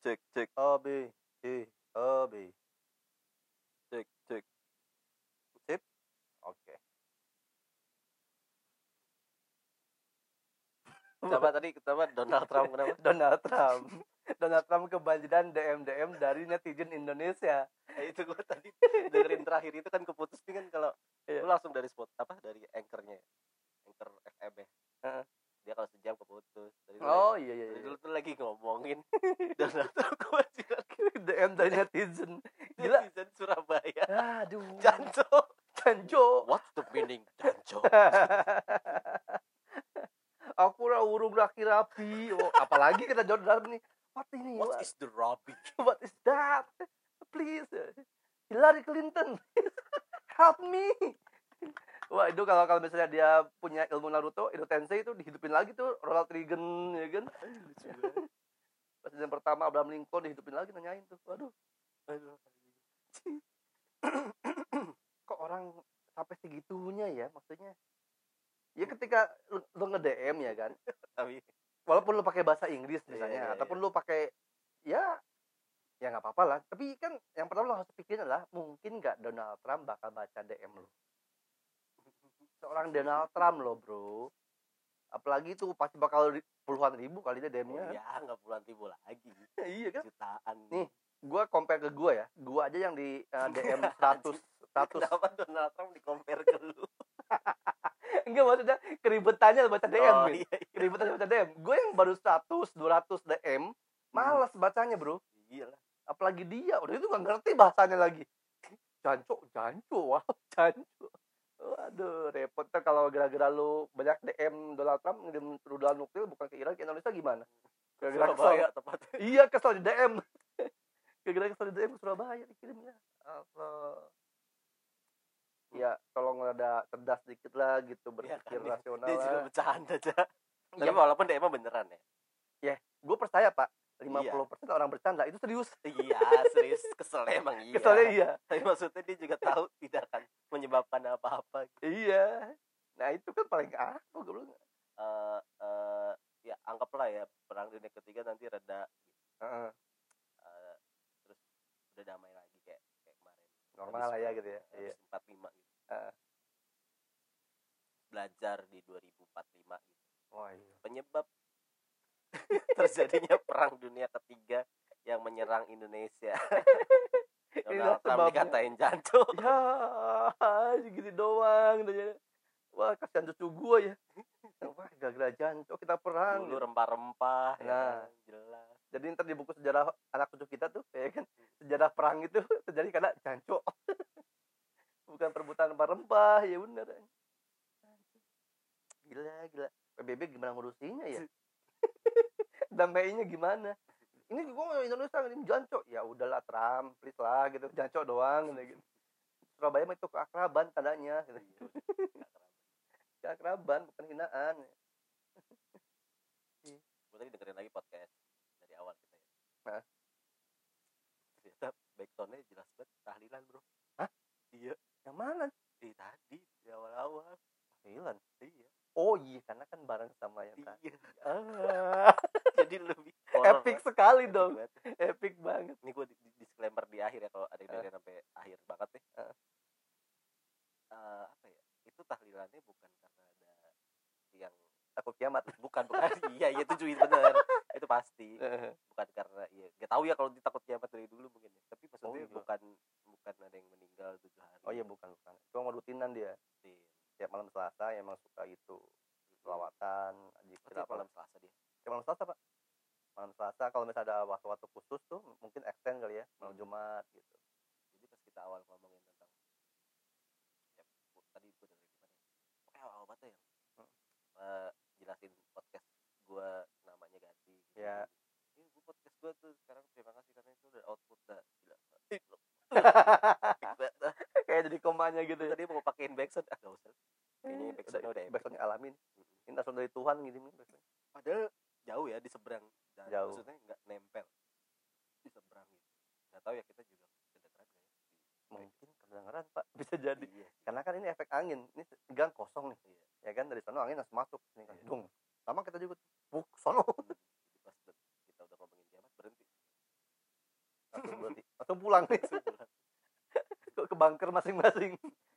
Cek cek A B C A B. cek cek. Sip. Oke. Coba tadi kenapa Donald Trump kenapa? Donald Trump. Donald Trump kebanjiran DM dari netizen Indonesia. Itu gue tadi dengerin terakhir itu kan keputus nih kan kalau Iya. gue langsung dari dari anchornya, anchor FM ya. Heeh. Dia kalau sejam keputus. Oh iya. Dari dulu tuh lagi ngomongin Donald Trump kebanjiran DM dari netizen. Gila. netizen Surabaya. Aduh. Janco. What's the meaning Janco? Aku urung rapi. Oh, apalagi kita Donald nih. What ini? What is the Robbie? What is that? Please. Hillary Clinton. Help me. Wah, itu kalau misalnya dia punya ilmu Naruto, Edo Tensei itu dihidupin lagi tuh Ronald Reagan, ya kan? Lucu banget. Presiden pertama Abraham Lincoln dihidupin lagi, nanyain tuh. Waduh. Kok orang sampai segitunya ya, maksudnya? Ya ketika lu nge-DM ya kan, Tapi walaupun lu pakai bahasa Inggris misalnya, Iya. ataupun lu pakai ya nggak apa-apa lah. Tapi kan yang pertama lu harus pikirin adalah mungkin nggak Donald Trump bakal baca DM lu. Seorang Donald Trump loh bro, apalagi tuh pasti bakal puluhan ribu kali dia DM-nya. ya nggak puluhan ribu lagi. Iya kan? Jutaan. Nih, gue compare ke gue ya, gue aja yang di DM 100. Kenapa Donald Trump di-compare ke lu? Enggak, maksudnya keribetannya baca DM. Oh, gitu. iya. Keribetannya baca DM. Gue yang baru 100, 200 DM, malas bacanya bro. Iya lah. Apalagi dia, udah itu gak ngerti bahasanya lagi. Janco, wow, janco. Waduh, repot tuh kalau gara-gara lu banyak DM Donald Trump ngirim rudal nuklir bukan ke Iran, ke Indonesia gimana? Gara-gara Surabaya kesel. tepatnya. Iya, kesel di DM. Gara-gara kesel di DM ke Surabaya dikirimnya. Allah. Ya, tolong ada cerdas dikit lah gitu, Iya berpikir kan, rasional dia juga lah. bercanda aja. Tapi Iya, walaupun dia emang beneran ya. ya, gue percaya Pak, 50% orang bercanda itu serius. Iya, serius keselnya emang iya. Keselnya iya. Tapi maksudnya dia juga tahu tidak akan menyebabkan apa-apa. Iya. Nah itu kan paling gue bilang. Ya anggaplah ya perang dunia ketiga nanti reda gitu. Terus udah damai lagi kayak kemarin. Normal lah ya gitu ya. Iya. 45 gitu. Uh. Belajar di 2045 gitu. Oh iya. Penyebab terjadinya perang dunia ketiga yang menyerang Indonesia. Donald Trump dikatain jancu. Ya, gini doang. Wah, kasihan cucu gue ya. Wah, gara-gara jancu kita perang. Dulu rempah-rempah. Nah, ya, jelas. Jadi ntar di buku sejarah anak cucu kita tuh, ya kan, sejarah perang itu terjadi karena jancu. Bukan perebutan rempah-rempah, ya bener. Gila. PBB gimana ngurusinya ya? Damainya gimana? Ini gue Indonesia ini jancok. Ya udahlah Trump, please lah gitu. Jancok doang gitu. Surabaya mah itu keakraban tandanya gitu. Keakraban bukan hinaan. Gue tadi dengerin lagi podcast dari awal kita ya. Hah? Ternyata backsoundnya jelas banget tahlilan bro. Hah? Iya. Yang mana? Tadi di awal-awal. Tahlilan? Iya. Oh iya, karena kan bareng sama yang tadi. Iya. Jadi lebih epic sekali epic dong. banget. Epic banget. Ini gue disclaimer di akhir ya kalau ada yang dengerin sampai akhir banget nih. Apa ya? Itu tahlilannya bukan karena ada yang Takut kiamat. Bukan. Iya itu bener. Itu pasti. Bukan karena gak tahu ya kalau ditakut kiamat dari dulu mungkin ya. Tapi maksudnya bukan ada yang meninggal 7 hari. Oh iya bukan. Itu mau rutinan dia. Tiap malam Selasa emang suka itu selawatan, zikir apa malam Selasa dia. Malam Selasa Pak. Malam Selasa kalau misalnya ada waktu-waktu khusus tuh mungkin extend kali ya, malam Jumat gitu. Jadi pas kita awal ngomongin tentang tadi gue dengerin di mana? Oke, awal banget ya. Jelasin podcast gue namanya ganti gitu. Ya. Ini gue podcast gue tuh sekarang terima kasih karena itu udah output dah. Gila. Kayak jadi komanya gitu ya. Tadi mau pakein backsound gak usah. Kayaknya backsoundnya udah backsoundnya alamin. Ini langsung dari Tuhan gitu nih. Padahal jauh ya di seberang. Jauh. Maksudnya nggak nempel di seberang gitu. Nggak tahu ya kita juga kedengeran nggak ya? Mungkin kedengeran Pak, bisa jadi. Iya. Karena kan ini efek angin. Ini gang kosong nih. Iya. Ya kan dari sana angin langsung masuk. Ini kan dung. Sama kita juga. Sono. Pas kita udah ngomongin kiamat berhenti. pulang nih. Kok ke bunker masing-masing.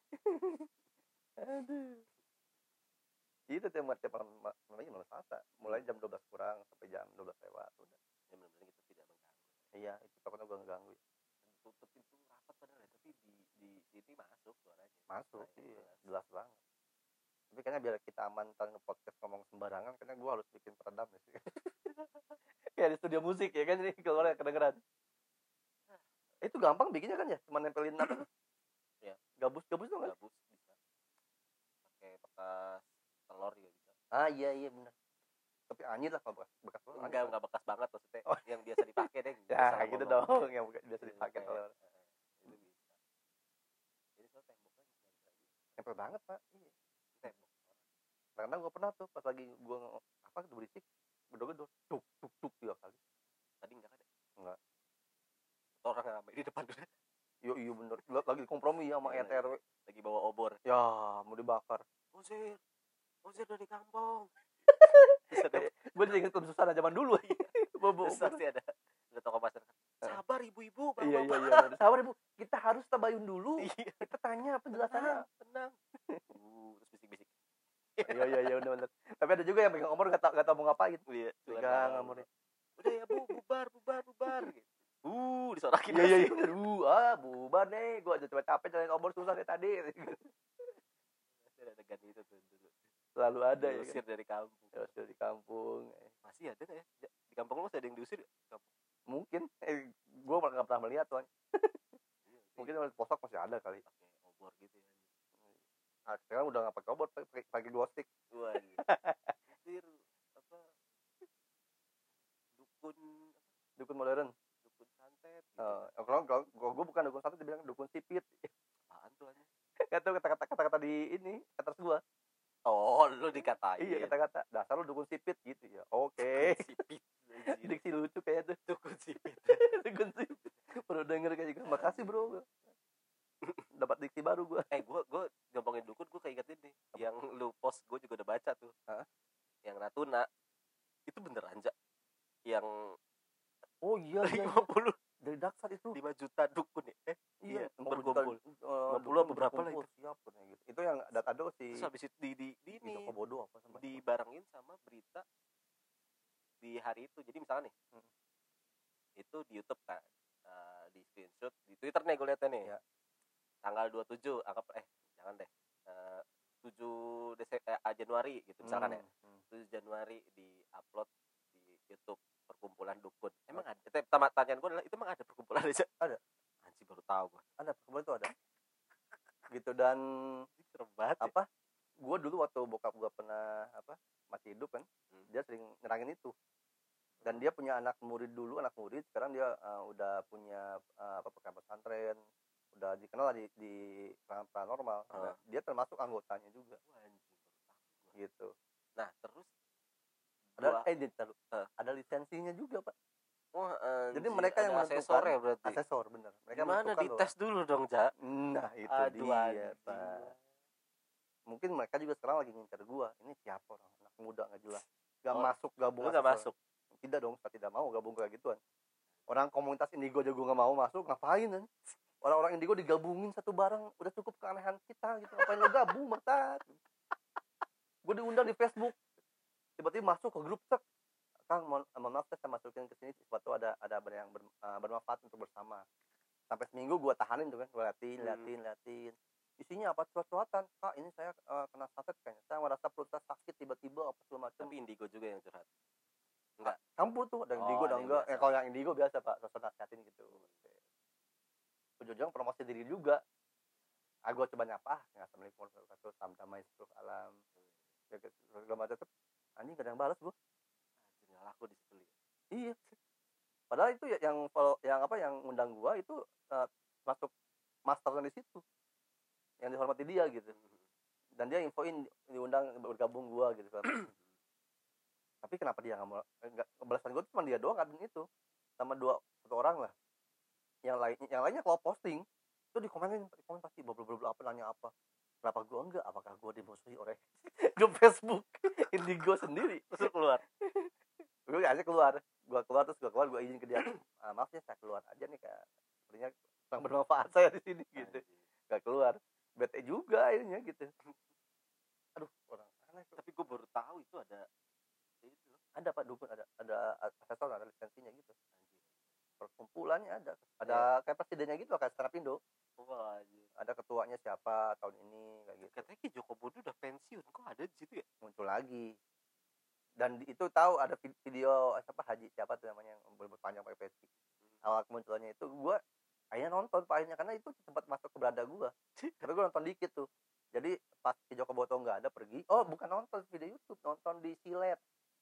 Aduh. Itu tiap malam Selasa, mulai jam 12 kurang sampai jam 12 lewat udah. Ya benar-benar gitu tidak mengganggu. Iya, itu pokoknya gue ngeganggu. Tutup itu rapat padahal ya, tapi di sini masuk suaranya. Masuk, iya, jelas banget. Tapi kayaknya biar kita aman ntar nge-podcast ngomong sembarangan, kayaknya gue harus bikin peredam ya sih. Kayak di studio musik ya kan, ini keluar kedengeran. Itu gampang bikinnya kan ya, cuma nempelin apa? Ya. Gabus tuh kan? Gabus bisa. Pakai bekas telur juga bisa. Ah iya benar. Tapi anjir lah kalau bekas telur. Enggak bekas banget maksudnya. Yang biasa dipakai deh. Ya gitu dong, yang biasa dipakai telur. Itu bisa. Jadi soal temboknya nempel banget Pak. Iya. Tembok. Karena gue pernah tuh pas lagi gue berisik, gedor-gedor, tuk 2 kali. Tadi enggak ada. Enggak. Orang ramai di depan udah. Iya bener. Lagi kompromi ya sama RT RW. Lagi bawa obor. Ya, mau dibakar. Usir dari kampung. Gue jadi inget Susana zaman dulu. Terus pasti ada tokoh masyarakat. Sabar ibu-ibu, bapak. Iya. Sabar ibu. Kita harus tabayun dulu. Kita tanya penjelasannya. Tenang. Terus bisik-bisik. Iya benar. Tapi ada juga yang pegang omor gak tau mau ngapain. Iya. Pegang omornya. Udah ya bu, bubar gitu. Disorakin. Iya. Bubar nih. Gue aja coba capek jalan omor susah deh tadi. Ada adegan itu tuh dulu. Selalu ada ya. Diusir dari kampung. Diusir di kampung. Masih ada nggak ya? Di kampung lu masih ada yang diusir? Mungkin. Gue nggak pernah melihat tuh. Mungkin posok masih ada kali. Pakai obor gitu ya. Sekarang udah nggak pakai obor, pakai glow stick. Waduh. Usir apa? Dukun modern. Dukun santet. Gitu. Kalau gue bukan dukun santet, dibilang dukun sipit. Apaan tuh aja? Itu kata-kata di ini atas gua. Oh, lu dikatain. Iya, kata-kata dasar lu dukun sipit gitu ya. Oke. Sipit. Diksi lucu kayak tuh. Dukun sipit. Dukun sipit. Baru denger kayak gitu. Makasih, Bro. Dapat diksi baru gua. Gua ngomongin dukun, gua kayak inget ini. Yang lu post gua juga udah baca tuh. Hah? Yang Natuna. Itu beneran aja. Yang Oh iya 50 dari Daksar itu 5 juta dukun ya. Iya, berkumpul. 50 apa berapa lah itu. Siapa gitu. Itu yang datado si Terus habis itu di ini Joko Bodo apa sama dibarengin sama berita di hari itu. Jadi misalnya nih, itu di YouTube kan, di screenshot di Twitter nih gue liatnya nih. Ya. Tanggal 27 anggap jangan deh. 7 Januari gitu misalkan ya. 7 Januari di-upload di YouTube perkumpulan dukun. Emang ada? Tanyaan gue adalah itu emang ada perkumpulan aja? Ada. Anjir baru tahu gue. Ada perkumpulan itu ada. Gitu dan serem banget. Apa? Gue dulu waktu bokap gue pernah masih hidup kan, dia sering nerangin itu. Dan dia punya anak murid, sekarang dia udah punya pesantren, udah dikenal di paranormal. Nah, dia termasuk anggotanya juga. Gitu. Nah, terus ada lisensinya juga, Pak. Wah, jadi mereka yang menentukan asesor ya berarti. Asesor bener. Mereka gimana dites dulu dong, Ja? Nah, itu dia, Pak. Mungkin mereka juga sekarang lagi ngincar gua. Ini siapa orang anak muda enggak jelas. Enggak masuk gabung. Lu enggak masuk. Tidak dong, saya tidak mau gabung kayak gituan. Orang komunitas Indigo aja gua enggak mau masuk, ngapain kan? Orang-orang Indigo digabungin satu barang, udah cukup keanehan kita gitu. Ngapain lo gabung, Batak? Gua diundang di Facebook. Tiba-tiba masuk ke grup sek. Kang, mohon maaf saya masukin ke sini sesuatu ada yang bermanfaat untuk bersama. Sampai seminggu gua tahanin tuh kan, gua liatin. Isinya apa? Cuat-cuatan. Kak, ini saya kena santet kayaknya. Saya merasa perut saya sakit tiba-tiba apa segala macam. Tapi Indigo juga yang curhat. Enggak. Campur tuh, ada Indigo ada enggak. Kalau yang Indigo biasa, Pak, sosok nasihatin gitu. Ujung-ujung promosi diri juga. Gua coba nyapa, Assalamualaikum warahmatullahi wabarakatuh, salam damai seluruh alam. Segala macam. Anjing gak ada yang balas gua. Laku di situ. Iya. Padahal itu yang undang gua itu masuk masternya di situ. Yang dihormati dia gitu. Dan dia infoin diundang bergabung gua gitu kan. Tapi kenapa dia enggak mau balasan gua cuma dia doang admin itu. Sama satu orang lah. Yang lainnya kalau posting itu di komen pasti bla apa nanya apa. Kenapa gua enggak? Apakah gua dimusuhi oleh grup Facebook Indigo sendiri? Terus keluar. Gue aja keluar terus gue izin ke dia, maaf ya saya keluar aja nih Kak artinya kurang bermanfaat saya di sini gitu. Nggak keluar, bete juga akhirnya gitu. Aduh, orang aneh. Tapi gue baru tahu itu ada itu. Ada Pak Dukun, ada asesor, ada lisensinya gitu. Perkumpulannya ada kayak presidennya gitu, kayak Senapindo. Wah, ada ketuanya siapa tahun ini kayak gitu. Katanya Ki Joko Bodo udah pensiun, kok ada di situ ya? Muncul lagi. Dan itu tahu ada video haji siapa tuh namanya yang berpanjang pakai peci. Awal kemunculannya itu gue akhirnya nonton Pak, akhirnya karena itu sempat masuk ke beranda gue. Tapi gue nonton dikit tuh. Jadi pas Ki Joko Bodo nggak ada pergi, bukan nonton video YouTube, nonton di Silet.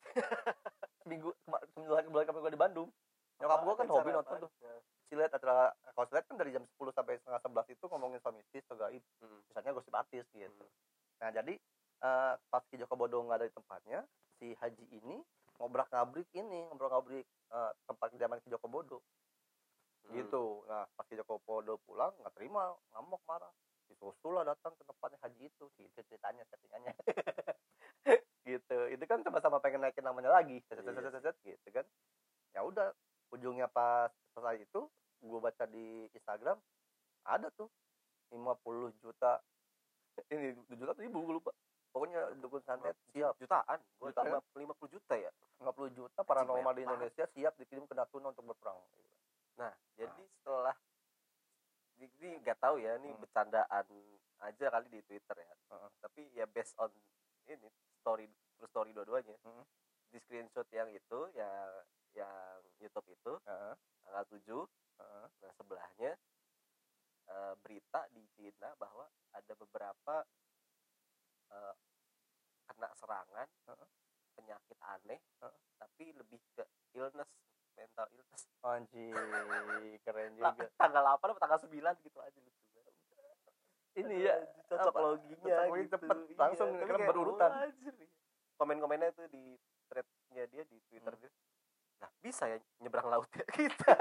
Bulan kemarin gue di Bandung. Nyokap gue kan hobi nonton tuh. Silet, acara kalau Silet kan dari jam 10 sampai setengah 11 itu ngomongin soal mistis atau gaib. Misalnya gosip artis gitu. Nah jadi pas Ki Joko Bodo nggak ada di tempatnya, si Haji ini ngobrol-ngabrik tempat kediaman Ki Joko Bodo. Gitu. Nah pas Ki Joko Bodo pulang nggak terima, ngamuk marah. Disusul lah datang ke tempatnya Haji itu. Gitu ceritanya, settingannya. Gitu. Itu kan sama-sama pengen naikin namanya lagi. Gitu kan. Ya udah, ujungnya pas selesai itu gue baca di Instagram ada tuh 50 juta ini 7 juta ribu gue lupa, pokoknya dukun santet siap jutaan, gue tambah 50 juta ya, 50 juta paranormal di Indonesia siap dikirim ke Natuna untuk berperang. Nah jadi setelah ini nggak tahu ya, ini bercandaan aja kali di Twitter ya, tapi ya based on ini true story dua-duanya. Di screenshot yang itu yang YouTube itu tanggal 7. Nah sebelahnya berita di Cina bahwa ada beberapa kena serangan penyakit aneh, tapi lebih ke mental illness. Anjir, keren juga. Tanggal 8 atau tanggal 9 gitu aja lucu banget. Ini ya cocok loginya gitu. Cepet, langsung kan berurutan. Komen-komennya tuh di thread-nya dia di Twitter dia. Nah, bisa ya nyebrang laut ya kita.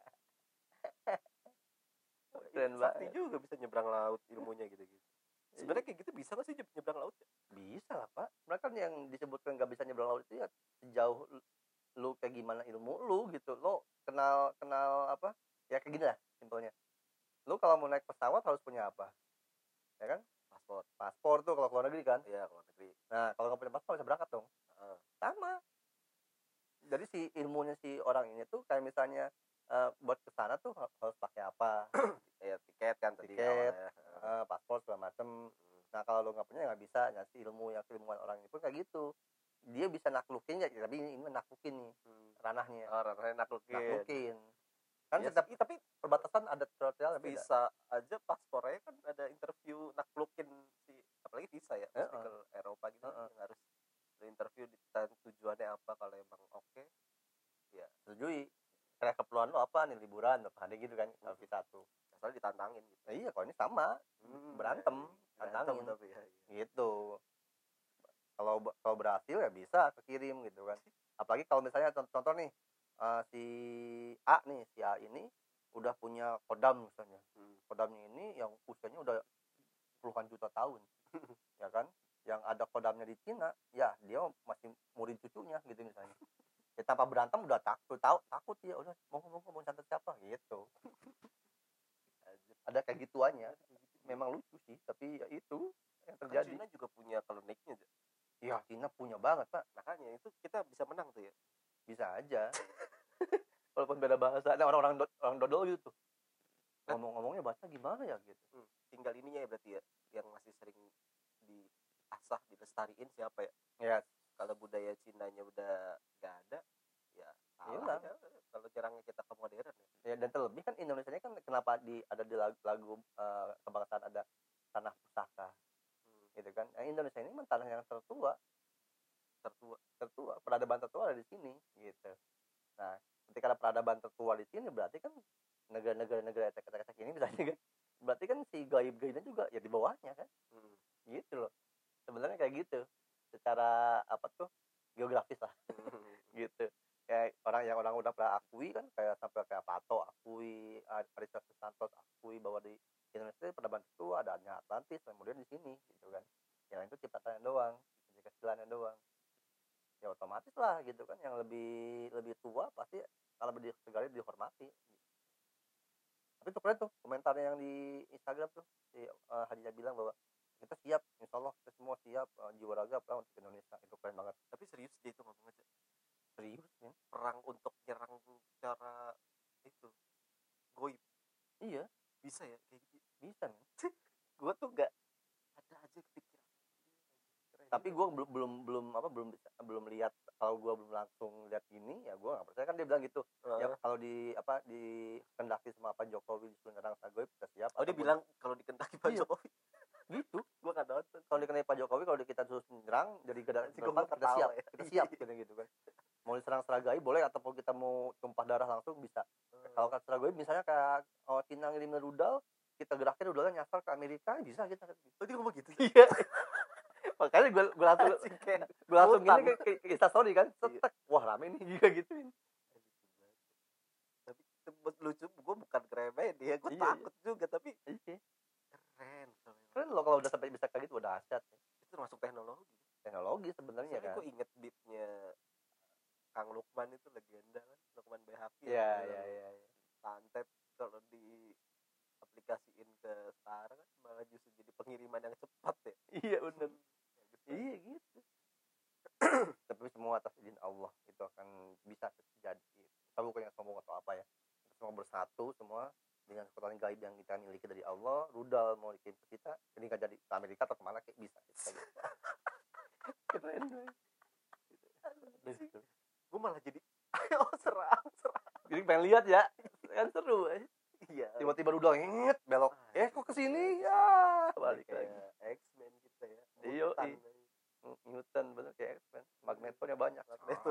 Keren banget. Sakti juga bisa nyebrang laut ilmunya gitu-gitu. Sebenarnya kayak gitu bisa nggak sih nyebrang laut? Bisa lah Pak. Mereka kan yang disebutkan nggak bisa nyebrang laut itu ya sejauh lu kayak gimana ilmu lu gitu. Lo kenal apa? Ya kayak gini lah simpelnya. Lu kalau mau naik pesawat harus punya apa? Ya kan? Paspor tuh kalau keluar negeri kan? Iya, keluar negeri. Nah, kalau nggak punya paspor bisa berangkat dong. Sama. Jadi si ilmunya si orang ini tuh kayak misalnya buat kesana tuh harus pakai apa? Ya tiket kan tadi. Paspor segala macem. Nah kalau lo nggak punya nggak bisa. Nah si keilmuan orang ini pun kayak gitu. Dia bisa naklukin ya, tapi ini naklukin nih ranahnya. Ranahnya naklukin. Kan ya, tapi perbatasan ada tutorial bisa aja paspornya kan ada interview naklukin apalagi visa ya, ke Eropa gitu yang harus interview dan tujuannya apa, kalau emang oke ya setujui. Kayak keperluan lo apa nih, liburan apa ada gitu kan, kalau visa tuh asal ditantangin gitu. Nah, iya kalau ini sama berantem tantangin tapi ya. Gitu. Kalau berhasil ya bisa kekirim gitu kan. Apalagi kalau misalnya contoh nih si A ini udah punya kodam misalnya. Kodamnya ini yang usianya udah puluhan juta tahun. Ya kan? Yang ada kodamnya di Cina, ya dia masih murid cucunya gitu misalnya. Ya tanpa berantem udah takut ya udah mau santet siapa gitu. Ada kayak gituannya. Memang lucu sih, tapi ya itu yang terjadi. Cina juga punya kliniknya. Iya, Cina punya banget Pak. Makanya itu kita bisa menang tuh ya. Bisa aja. Walaupun beda bahasa. Ada orang dodol gitu. Ngomongnya bahasa gimana ya gitu. Tinggal ininya ya berarti ya, yang masih sering diasah, dilestariin siapa ya? Ya. Kalau budaya Cinanya udah gak ada, ya salah ya. Kalau jarangnya kita ke modern ya. Ya dan terlebih kan Indonesia kan kenapa ada di lagu kebangsaan ada tanah pusaka. Gitu kan. Indonesia ini memang tanah yang tertua. Peradaban tertua ada di sini gitu. Nah, ketika ada peradaban tertua di sini berarti kan negara-negara etek-etek ini misalnya kan, berarti kan si gaib-gaibnya juga ya di bawahnya kan. Gitu loh. Sebenarnya kayak gitu. Secara apa tuh? Geografis lah. Gitu. Kayak orang udah pernah akui kan, kayak sampai kayak Pato akui, Aristarchus Santos akui bahwa di Indonesia peradaban tertua adanya Atlantis, kemudian di sini gitu kan. Yang itu ciptaannya doang, kecilannya doang. Ya otomatis lah gitu kan, yang lebih tua pasti kalau berdiri segala dihormati. Tapi tuh keren tuh komentarnya yang di Instagram tuh si Hadijah bilang bahwa kita siap, insya Allah kita semua siap jiwa raga perang untuk Indonesia. Itu keren banget. Tapi serius dia itu ngomong aja. Serius ya? Perang untuk nyerang secara itu goib. Iya. Bisa ya kayak gitu. Bisa men. Gue tuh gak ada aja kepikiran. Tapi gue belum lihat, kalau gue belum langsung lihat ini ya gue nggak percaya. Kan dia bilang gitu ya, kalau dikendaki sama Pak Jokowi disuruh nyerang Sagoib kita siap. Oh dia bilang kalau dikendaki Pak Jokowi gitu. Gue nggak nonton. Kalau dikendaki Pak Jokowi, kalau kita terus nyerang jadi depan kita siap ya. Kita siap gitu kan. Mau diserang Seragaib boleh, atau kalau kita mau tumpah darah langsung bisa. Kalau kan Seragaib misalnya kayak Tina ngirimin rudal, kita gerakin rudalnya nyasar ke Amerika, bisa kita. Oh dia ngomong gitu. Iya. Makanya gue langsung gini ke Instastory kan, setek, wah rame nih juga gituin. Tapi lucu, gue bukan ngeremehin dia, gue takut juga, tapi keren loh kalau udah sampai bisa kayak gitu, udah dahsyat. Itu termasuk teknologi sebenarnya kan. Gue inget beatnya Kang Lukman itu legenda kan, Lukman BHP. Iya. Santet kalau di aplikasiin ke sekarang kan malah justru jadi pengiriman yang cepat ya. Iya bener. Iya gitu. Tapi semua atas izin Allah itu akan bisa terjadi. Kita bukan yang sombong atau apa ya. Kita semua bersatu semua dengan kekuatan gaib yang kita miliki dari Allah. Rudal mau dikirim ke kita, ini nggak jadi ke Amerika atau kemana kayak bisa. Keren banget. Gue malah jadi ayo serang. Jadi pengen lihat ya, kan seru. Iya. Tiba-tiba rudal ngit belok. Kok kesini ya? Balik lagi. X-Men kita ya. Iya. Mutan bener kayak X-Men. Magnetonya banyak.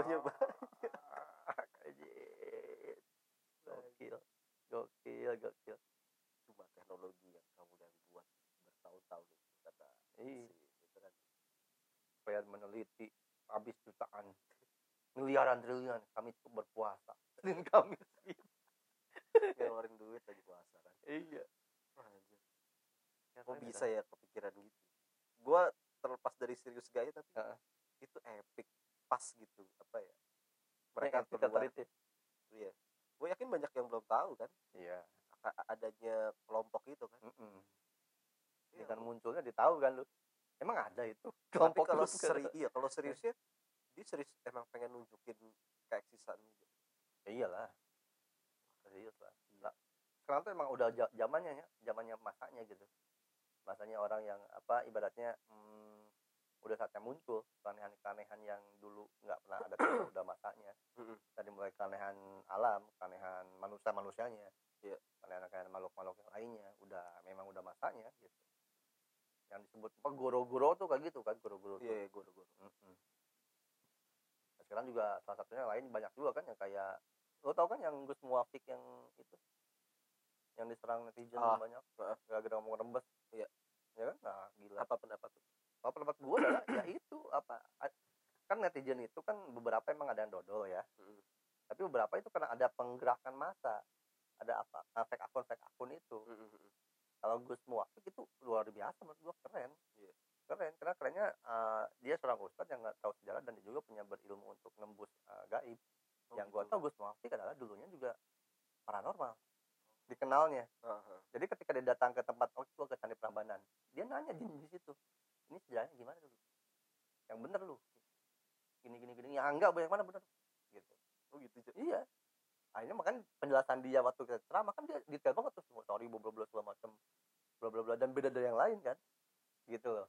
Gokil. Cuma teknologi yang kamu udah buat bertahun-tahun itu kata. Itu kan. Supaya meneliti habis jutaan, miliaran triliun kami cukup berpuasa. Senin Kamis. Ngeluarin duit lagi puasa kan. Iya. Anjir. Kok bisa ya kepikiran gitu. Gua terlepas dari serius gaya tapi itu epic pas gitu apa ya. Mereka keluar. Iya. Gue yakin banyak yang belum tahu kan. Iya. Adanya kelompok itu kan. Dengan munculnya ditahu kan lu. Emang ada itu kelompok. Tapi kalau seriusnya dia serius emang pengen nunjukin keeksisan gitu. Iyalah. Serius lah. Sekarang tuh emang udah zamannya masanya gitu. Masanya orang yang ibaratnya udah saatnya muncul keanehan-keanehan yang dulu nggak pernah ada tuh udah masanya. Tadi mulai keanehan alam, keanehan manusianya, keanehan makhluk-makhluk yang lainnya memang udah masanya gitu. Yang disebut goro-goro tuh kayak gitu kan, goro-goro. Iya, goro-goro. Sekarang juga salah satunya lain banyak juga kan yang kayak lo tau kan yang Gus Muafik yang itu yang diserang netizen banyak gara-gara ngomong rembes. Iya. Ya kan? Nah, gila. Apa pendapat tuh? Pendapat gue adalah ya itu kan netizen itu kan beberapa emang ada yang dodol ya. Tapi beberapa itu karena ada penggerakan massa. Ada fake akun itu. Kalau Gus Muafik itu luar biasa menurut gue, keren. Iya. Keren karena kerennya dia seorang ustadz yang nggak tahu sejarah dan dia juga punya berilmu untuk nembus gaib. Yang gue tahu Gus Muafik adalah dulunya juga paranormal dikenalnya. Jadi ketika dia datang ke tempat ke Candi Prambanan, dia nanya di situ, ini sejarahnya gimana dulu? Yang bener lu, gini, ya enggak, yang mana bener? Gitu. Oh gitu. Iya. Akhirnya makanya penjelasan dia waktu kita ceramah kan dia detail banget tuh, semua sorry bla bla segala macam, bla bla dan beda dari yang lain kan, gitu loh.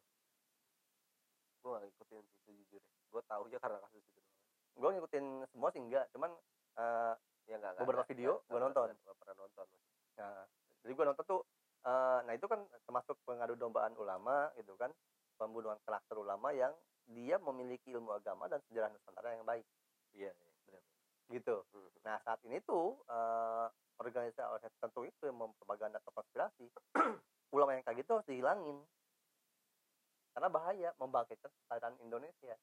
Gue gak ngikutin itu jujur ya. Gue tahu aja karena kasus itu. Gue ngikutin semua sih enggak, cuman ya beberapa video gue nonton. Gue pernah nonton. Nah, jadi gue nonton tuh, nah itu kan termasuk pengadu dombaan ulama gitu kan, pembunuhan karakter ulama yang dia memiliki ilmu agama dan sejarah Nusantara yang baik. Iya, benar. Gitu. Nah saat ini tuh organisasi tertentu itu yang mempropaganda atau konspirasi, ulama yang kayak gitu harus dihilangin karena bahaya, membangkitkan kesadaran Indonesia.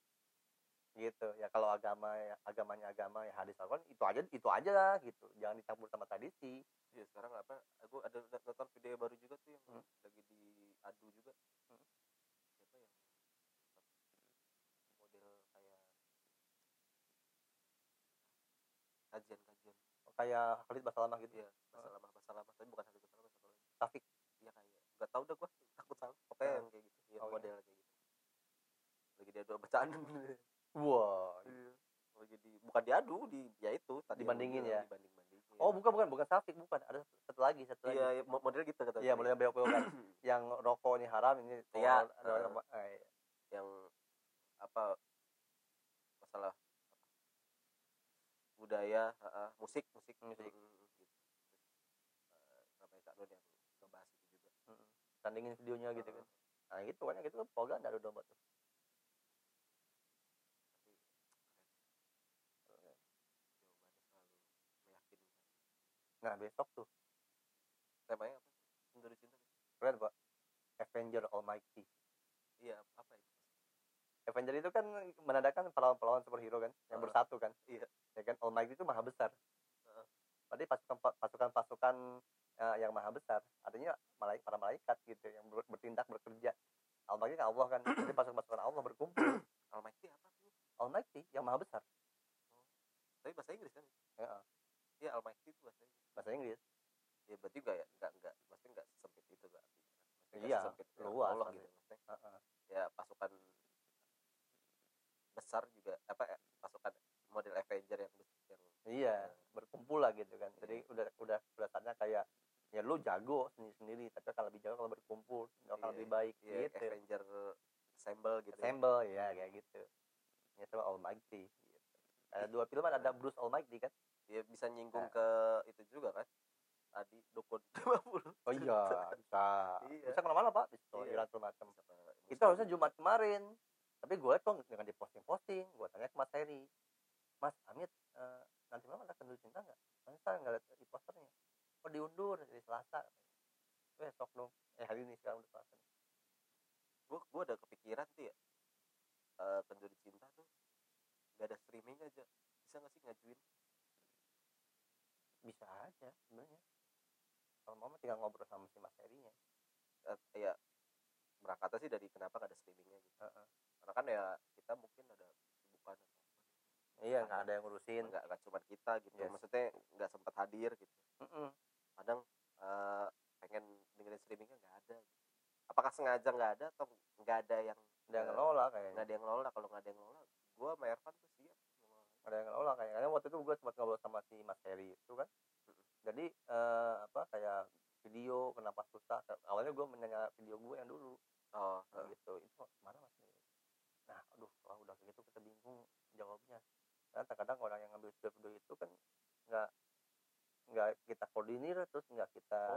Gitu ya. Kalau agamanya agama ya hadis Al-Quran itu aja lah gitu, jangan dicampur sama tradisi. Ya sekarang aku ada nonton video baru juga tuh yang lagi diadu juga. Siapa yang model kayak kajian kayak Khalid Basalamah gitu ya, Basalamah masalah mas, tapi bukan satu masalah mas, satu lagi Safik. Iya kayak nggak tahu dah gue, takut salah pokoknya Nah. yang kayak gitu ya, Oh, model kayak gitu lagi diadu bacaan. Wah. Iya. Oh, jadi bukan diadu, ya itu tadi Dibandingin ya. dibandingin. Oh bukan Safik, bukan, ada satu lagi. Iya model gitu kata iya model bewok-bewokan. Yang rokok ini haram, ini iya, yang apa masalah budaya, musik gitu. Namanya Cak Nun yang ngebahas itu juga. Tandingin videonya gitu kan. Nah gitu kan, gitu kan propaganda ada domba tuh. Nah besok tuh temanya apa? Kenduri Cinta. keren pak, Avenger Almighty. Iya apa itu? Avenger itu kan menandakan pahlawan-pahlawan superhero kan, yang bersatu kan. Iya. Ya kan, Almighty itu maha besar. Berarti pasukan yang maha besar, artinya para malaikat gitu yang bertindak bekerja. Almighty kan Allah kan, jadi pasukan Allah berkumpul. Almighty apa tuh? Almighty yang maha besar. Tapi bahasa Inggris kan? Iya, Almighty itu bahasa Inggris. Ya berarti enggak maksudnya enggak sesempit itu berarti. Iya, luas Allah gitu maksudnya. Ya pasukan besar juga pasukan model Avenger yang iya berkumpul lah gitu kan. Jadi udah saatnya kayak ya lu jago sendiri tapi kalau lebih jago kalau berkumpul akan lebih baik gitu. Avenger Assemble gitu. Assemble ya kayak gitu. Ini sama Almighty gitu. Ada dua film ada Bruce Almighty kan. Ya bisa nyinggung ke itu juga kan. Tadi Dukun 50. Oh iya, bisa kemana-mana pak, bisa macam. Itu harusnya Jumat kemarin, tapi gue liat kok dengan diposting, gue tanya ke Mas Heri, Mas Amit, nanti malam ada Kenduri Cinta nggak? Nanti saya nggak lihat di posternya. Oh diundur dari Selasa. Besok dong. Hari ini sekarang udah Selasa. Gue ada kepikiran tuh ya, Kenduri Cinta tuh nggak ada streaming aja, bisa nggak sih ngajuin? Bisa aja sebenarnya. Kalau mau tinggal ngobrol sama si Mas Herinya. Ya berangkatnya sih dari kenapa nggak ada streamingnya gitu. Karena kan ya kita mungkin ada kesibukan atau iya nggak ada yang ngurusin, nggak cuma kita gitu. Maksudnya nggak sempat hadir gitu. Kadang pengen dengerin streamingnya nggak ada gitu. Apakah sengaja nggak ada atau nggak ada yang ngelola kayaknya? Nggak ada yang ngelola. Kalau nggak ada yang ngelola, gue sama Ervan tuh siap. Nggak ada yang ngelola kayaknya. Karena waktu itu gue sempat ngobrol sama si Mas Heri itu kan. Jadi kayak video kenapa susah. Awalnya gue menanya video gue yang dulu. Gitu. Itu mana Mas? Nah, aduh, kalau udah kayak gitu kita bingung jawabnya. Karena terkadang orang yang ngambil video itu kan nggak kita koordinir, terus nggak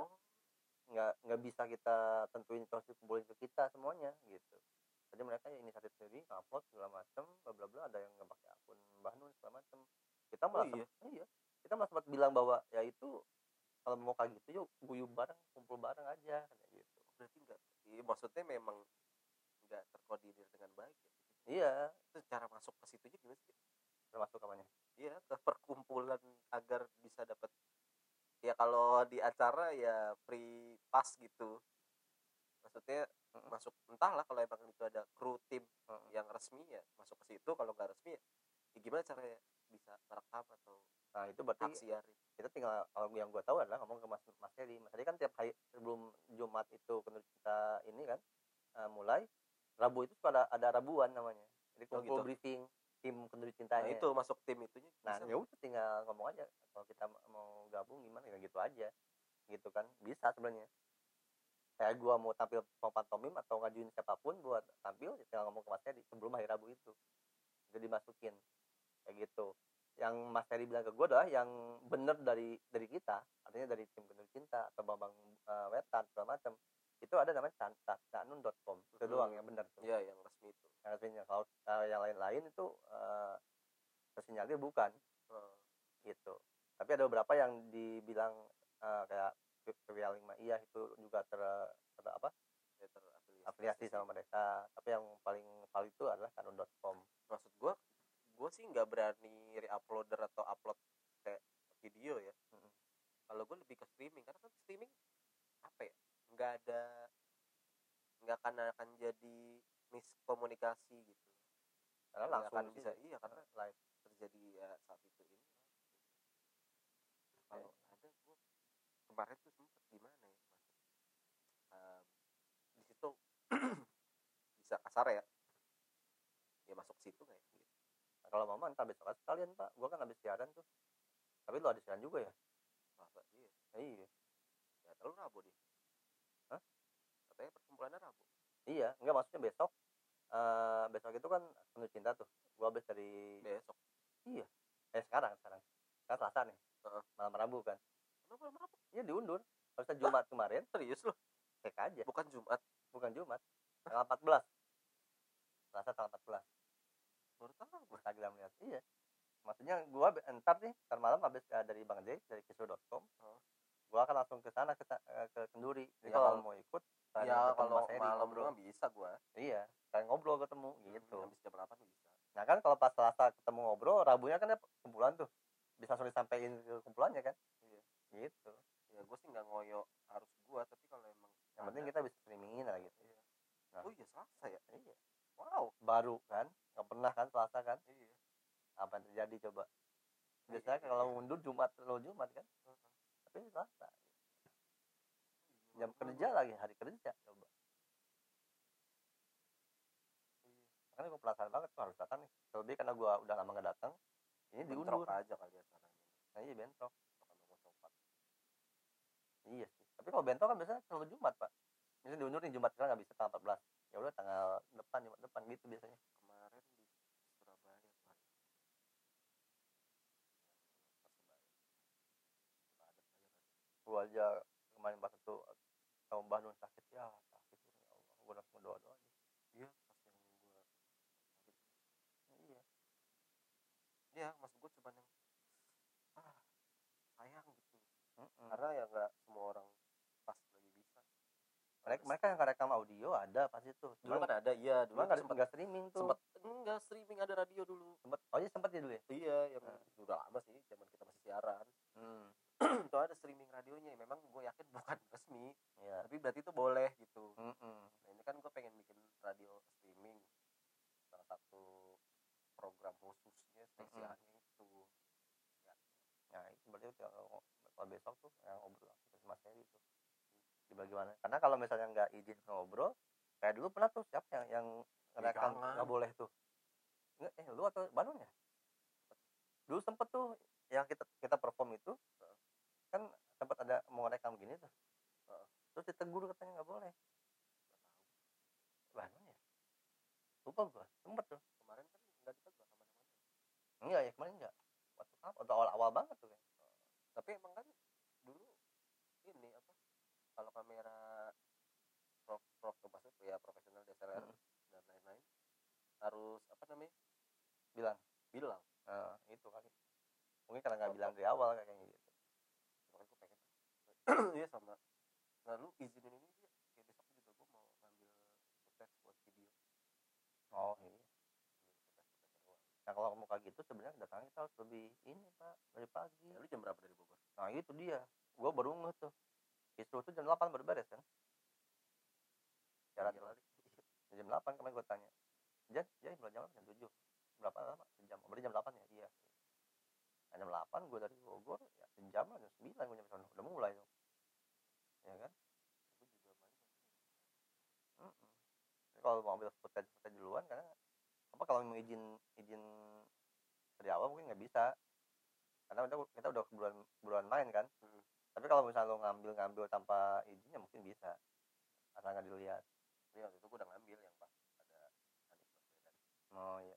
bisa kita tentuin terus kumpulin ke kita semuanya gitu. Jadi mereka inisiatif sendiri ngupload segala macam, bla bla, ada yang nggak pakai akun Mbah Nun segala macam. Kita malah kita malah sempat bilang bahwa ya itu kalau mau kayak gitu yuk guyub bareng, kumpul bareng aja kayak gitu. Berarti nggak, maksudnya memang nggak terkoordinir dengan baik ya? Iya. Terus cara masuk ke situnya gimana sih? Termasuk apanya? Iya, ke perkumpulan agar bisa dapat. Ya kalau di acara ya free pass gitu. Maksudnya masuk, entahlah kalau emang itu ada kru tim yang resmi ya masuk ke situ. Kalau nggak resmi ya gimana caranya bisa merekam atau itu berarti kita tinggal, kalau yang gue tahu adalah ngomong ke Mas Heri. Mas Heri kan tiap hari sebelum Jumat itu Kenduri Cinta ini kan mulai, Rabu itu suka ada rabuan namanya. Jadi kumpul briefing tim Kenduri Cintanya. Nah itu masuk tim itunya. Nah ya udah tinggal ngomong aja kalau kita mau gabung gimana ya gitu aja gitu kan, bisa sebenarnya. Kayak gue mau tampil mau pantomim atau ngajuin siapapun buat tampil, tinggal ngomong ke Mas Heri sebelum hari Rabu itu, jadi dimasukin kayak gitu. Yang Mas Heri bilang ke gue adalah yang bener dari kita, artinya dari tim Kenduri Cinta atau Bambang Wetan segala macam, itu ada namanya canun.com itu doang yang benar tuh. Iya, yang resmi itu. Yang resminya. Kalau yang lain-lain itu tersinyalir bukan. Gitu. Tapi ada beberapa yang dibilang kayak Kewialing Maiyah itu juga terafiliasi sama mereka. Tapi yang paling valid itu adalah canun.com. Maksud gue sih nggak berani re-uploader atau upload kayak video ya. Kalau gue lebih ke streaming, karena kan streaming apa ya, nggak akan jadi miskomunikasi gitu. Karena langsung bisa, karena live terjadi ya saat itu ini. Kalau ada gue kemarin tuh sempet gimana ya di situ bisa kasar ya masuk situ kayak gitu. Nah, kalau mau ntar besok aja sekalian Pak, gua kan habis siaran tuh. Tapi lu ada siaran juga ya? Masa iya? Iya. Ya terlalu Rabu dia. Hah? Katanya perkumpulannya Rabu. Iya, enggak maksudnya besok. Besok itu kan Penuh Cinta tuh. Gua habis dari Besok. Iya. Sekarang. Sekarang Selasa nih. Malam Rabu kan. Kenapa malam Rabu? Iya diundur. Harusnya Jumat kemarin. Serius loh? Cek aja. Bukan Jumat. Tanggal 14. Selasa tanggal 14. Baru tahu. Instagram lihat. Iya. Maksudnya gua ntar malam habis dari Bang J dari kisru.com. Gua akan langsung ke sana ke Kenduri. Jadi ya, kalau mau ikut ya kalau malam mah bisa gua. Iya, kayak ngobrol ketemu gitu. Habis jam 8 bisa. Nah kan kalau pas Selasa ketemu ngobrol, Rabunya kan ya kumpulan tuh. Bisa langsung disampaikan ke kumpulannya kan? Iya. Gitu. Ya gua sih nggak ngoyo harus gua, tapi kalau emang yang penting kita bisa streamingin lah gitu. Iya. Nah. Oh iya Selasa ya? Iya. Wow. Baru kan? Nggak pernah kan Selasa kan? Iya. Apa yang terjadi coba? Biasanya kalau mundur Jumat kan? Tapi Selasa. Jam kerja lagi, hari kerja coba. Makanya gue penasaran banget tuh harus datang nih. Terlebih karena gue udah lama gak datang. Ini diundur. Bentrok aja kali ya sekarang. Nah iya bentrok. Iya sih. Tapi kalau bentrok kan biasanya selalu Jumat Pak. Misalnya diundur nih Jumat sekarang nggak bisa tanggal 14. Ya udah tanggal depan Jumat depan gitu biasanya. Kemarin di Surabaya Pak. Gue aja kemarin pas itu sama Mbah Nun sakit ya sakit ya Allah. Gue langsung doa aja. Iya pas yang gue iya. Iya maksud gue cuman yang sayang gitu. Karena ya nggak semua orang pas lagi bisa. Mereka yang rekam audio ada pas itu. Dulu kan ada, iya. Dulu nggak streaming tuh. Enggak streaming, ada radio dulu. Sempet ya dulu ya? Iya, yang udah lama sih, zaman kita masih siaran. Itu ada streaming radionya. Memang gue yakin bukan resmi, tapi berarti itu boleh gitu. Nah ini kan gue pengen bikin radio streaming. Salah satu program khususnya spesialnya itu. Nah itu berarti kalau besok tuh yang ngobrol sama Mas Heri itu dibagi mana? Karena kalau misalnya nggak izin ngobrol, kayak dulu pernah tuh siapa yang rekam nggak boleh tuh? Lu atau Bandung ya? Dulu sempet tuh yang kita perform itu kan sempat ada mau rekam gini tuh, terus ditegur katanya nggak boleh. Bandung ya? Lupa gua, sempet tuh. Kemarin kan nggak ditegur kemana-mana. Enggak ya kemarin nggak. Waktu apa? Waktu awal-awal banget tuh kan. Tapi emang kan dulu ini apa? Kalau kamera maksudnya ya profesional DSLR dan lain-lain harus apa namanya? Bilang. Itu kali. Mungkin karena nggak bilang dari awal kayak gitu. Makanya gue pengen. Iya sama. Nah lu izinin ini dia. Kayak besok juga gue mau ngambil footage buat video. Oh iya. Nah kalau mau kayak gitu sebenarnya datangnya kita harus lebih ini Pak dari pagi. Ya, lu jam berapa dari Bogor? Nah itu dia. Gue baru ngeh tuh. Kisru tuh jam 8 baru beres kan? Jalan jam 8 kemarin gue tanya. Jadi mulai jam 7. Berapa lama? Sejam. Berarti jam 8 ya? Iya. Nah, jam 8 gue dari Bogor ya sejam lah, jam 9 gue nyampe sana. Udah mulai dong. Ya kan? Gue juga main. Kalau mau ambil footage duluan karena apa kalau mau izin dari awal mungkin nggak bisa. Karena kita udah buruan main kan. Tapi kalau misalnya lo ngambil tanpa izin ya mungkin bisa. Asal nggak dilihat. Iya waktu itu gue udah ngambil yang pas ada Anies Baswedan. Oh iya.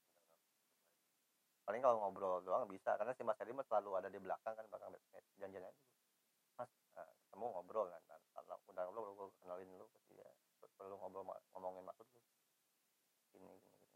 Paling kalau ngobrol doang bisa karena si Mas Heri selalu ada di belakang kan belakang janjian aja. Mas ketemu ngobrol kan. Udah ngobrol gue kenalin lu ke dia. Perlu ngomongin maksud lu. Gini.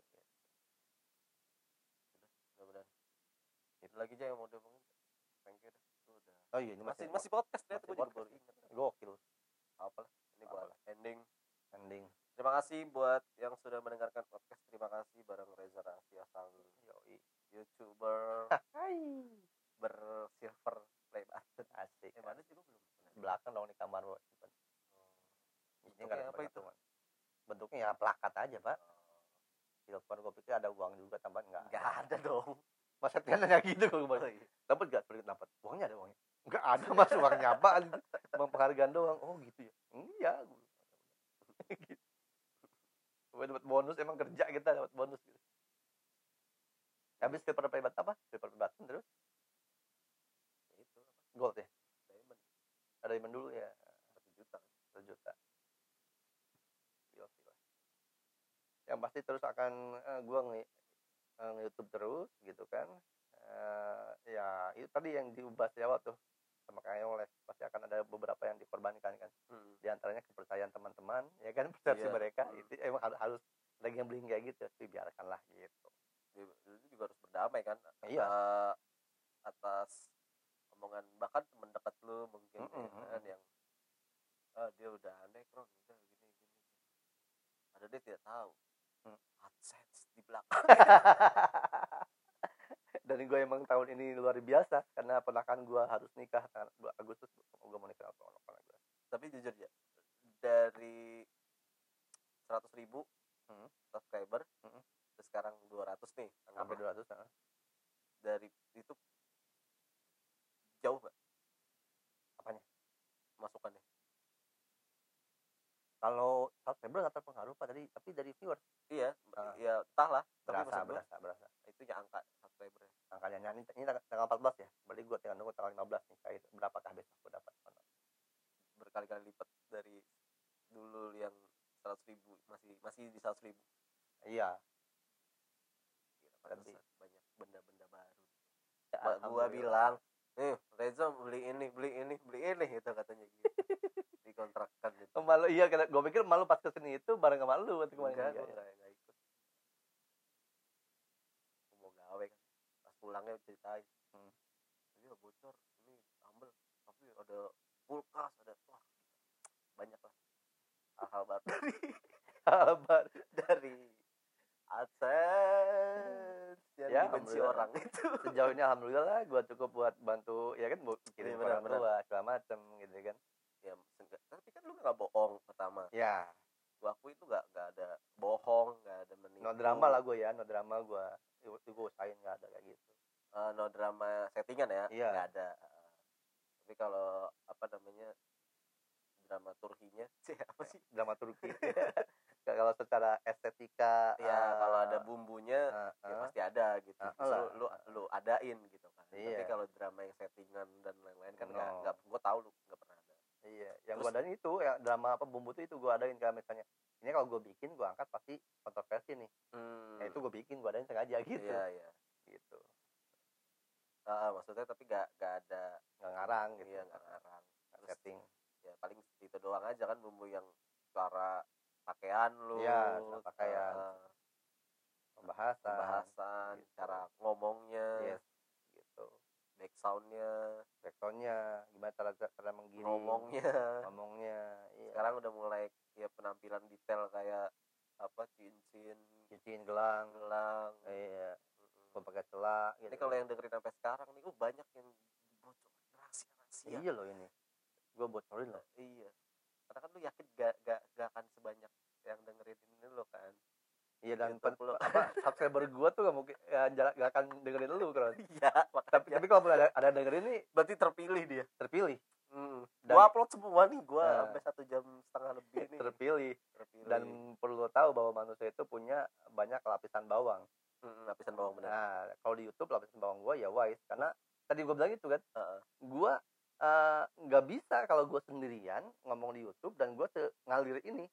Mudah-mudahan. Itu lagi aja yang mau diomongin. Thank you dah. Udah. Oh iya ini masih podcast ternyata gue juga baru ingat. Gokil. Apalah. Ini buat ending. Terima kasih buat yang sudah mendengarkan podcast. Terima kasih bareng Reza Rahasia sang YouTuber bersilver play button. Asik. Mana sih gue belum pernah. Belakang dong di kamar gue. Ini enggak ada apa itu? Bentuknya ya plakat aja, Pak. Silver gue pikir ada uang juga tambahan enggak ada dong. Masa nanya gitu gue. Dapat enggak? Dapat. Uangnya ada uangnya. Gak ada mas uangnya apa, emang penghargaan doang. Oh gitu ya. Iya. Gitu. Gue dapat bonus, emang kerja kita dapat bonus gitu. Habis paper button apa? Paper button terus? Ya itu apa? Gold ya? Diamond. Ada diamond dulu ya. 1 juta. 1 juta. Gila. Yang pasti terus akan gue nge-YouTube terus gitu kan. Ya itu tadi yang diubah di awal tuh sama kayak oleh pasti akan ada beberapa yang dikorbankan kan. Di antaranya kepercayaan teman-teman ya kan, persepsi mereka itu emang harus lagi yang beli kayak gitu, tapi biarkanlah gitu. Itu juga harus berdamai kan. Iya. Atas omongan bahkan teman dekat lu mungkin kan yang dia udah underground udah gini. Ada dia tidak tahu. AdSense di belakang. Dan gue emang tahun ini luar biasa karena ponakan gue harus nikah tanggal 2 Agustus. Gue mau nikah sama ponakan gue. Tapi jujur ya, dari 100.000 subscriber terus sekarang 200 nih, hampir 200. Dari itu jauh nggak apanya masukannya? Kalau subscriber nggak terpengaruh pak tadi, tapi dari viewers iya ya entahlah, tapi berasa itu ya angka subscribernya, angkanya. Ini tanggal 14 ya, berarti gue tinggal nunggu tanggal 15 nih kayak berapakah besok gue dapat berkali-kali lipat dari dulu yang 100.000 masih di 100.000. Iya. Gila, banyak benda-benda baru. Gua bilang Reza beli ini gitu katanya gitu. Dikontrakkan gitu. Malu iya, gue pikir malu pas kesini itu bareng sama lu waktu kemarin. Enggak ikut. Gue mau gawe kan, pas pulangnya ceritain ini bocor, ini sambel, tapi ada kulkas, ada wah banyak lah hal-hal baru dari AdSense yang ya, dibenci orang itu. Sejauh ini alhamdulillah lah gue cukup buat bantu ya kan, buat kirim orang tua segala macem gitu kan ya. Tapi kan lu nggak bohong pertama ya, gue akui itu nggak ada bohong, nggak ada menipu. No drama lah gue ya, no drama gue usahain nggak ada kayak gitu. No drama settingan ya, nggak ada. Tapi kalau apa namanya dramaturginya sih apa sih? Dramaturgi. Kalau secara estetika ya kalau ada bumbunya ya pasti ada gitu. Lu adain gitu kan. Tapi kalau drama yang settingan dan lain-lain kan nggak gue tahu lu nggak pernah ada. Iya, yang gue adain itu ya drama apa bumbu itu gue adain kayak misalnya ini kalau gue bikin gue angkat pasti kontroversi nih. Ya itu gue bikin, gue adain sengaja gitu. Iya. Gitu. Maksudnya tapi nggak ngarang gitu. Iya, nggak ngarang. Setting. Ya paling itu doang aja kan bumbu yang suara pakaian lu. Iya, pakaian. Pembahasan gitu. Cara ngomongnya. Yes. Gitu. Backsoundnya gimana cara menggiring ngomongnya. Iya. Sekarang udah mulai ya penampilan detail kayak apa cincin gelang. Iya. Pakai celak gitu. Ini kalau yang dengerin sampai sekarang nih banyak yang bocorin rahasia. Iya loh, ini gue bocorin loh. Iya, karena kan lu yakin gak akan sebanyak yang dengerin ini lo kan. Iya, dan subscriber gue tuh gak mungkin gak akan dengerin lu kan. Iya, tapi kalau ada dengerin nih berarti terpilih dia. Dan gua upload semua nih, gua sampai 1 jam setengah lebih nih. Terpilih. Dan perlu lo tahu bahwa manusia itu punya banyak lapisan bawang. Lapisan bawang benar. Nah, kalau di YouTube lapisan bawang gue ya wise, karena tadi gue bilang itu kan, gue nggak bisa kalau gue sendirian ngomong di YouTube dan gue ngalir ini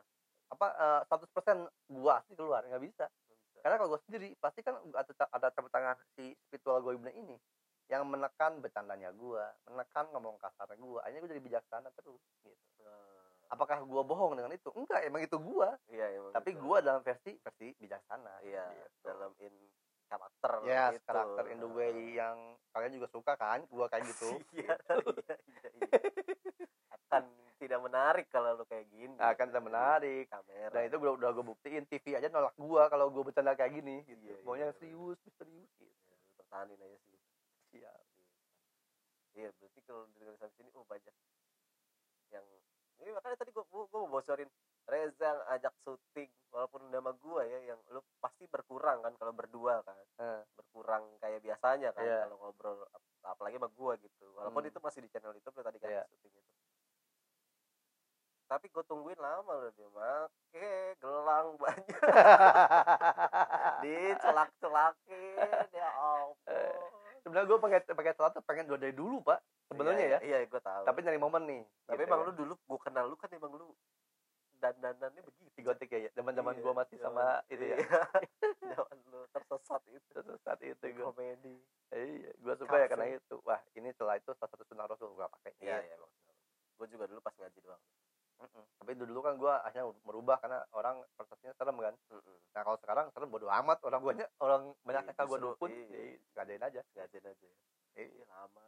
100% gue asli keluar, nggak bisa. Karena kalau gue sendiri pasti kan ada campur tangan si spiritual gue ini yang menekan bercandanya gue, menekan ngomong kasarnya gue, akhirnya gue jadi bijaksana terus gitu. Apakah gue bohong dengan itu? Enggak, emang itu gue. Iya, tapi gue dalam versi bijaksana. Iya, gitu. Dalam karakter. Yes, gitu. Karakter in the way yang kalian juga suka kan? Gue kayak gitu. Iya. Akan tidak menarik kalau lu kayak gini. Akan tidak menarik. Kamera. Dan itu udah gue buktiin, TV aja nolak gue kalau gue bercanda kayak gini. Gitu. Maunya serius, misterius gitu. Pertahanin aja sih. Siap. Iya, berarti kalau dengerin sampai sini banyak yang ini makanya tadi gue mau bocorin Reza yang ajak syuting walaupun nama gue ya yang lu pasti berkurang kan kalau berdua kan berkurang kayak biasanya kan kalau ngobrol apalagi sama gua gitu, walaupun itu masih di channel YouTube tadi kan syuting itu. Tapi gue tungguin lama loh, dia make gelang banyak dicelak-celakin, ya ampun. Sebenarnya gue pakai celak tuh pengen dari dulu pak sebenarnya. Iya gue tahu, tapi nyari momen nih tapi gitu emang kan. lu dulu gue kenal lu kan emang lu dandanannya begitu gotik ya zaman gue masih sama itu ya. Zaman lu tersesat itu gue komedi. Iya, gue suka ya karena itu. Wah, ini celah itu salah satu sunnah Rasul gue pakai. Iya. Gue juga dulu pas ngaji doang. Tapi dulu kan gue akhirnya merubah karena orang persepsinya serem kan. Nah kalau sekarang serem bodo amat, orang banyak kata gue dukun, gajain aja. Iya lama.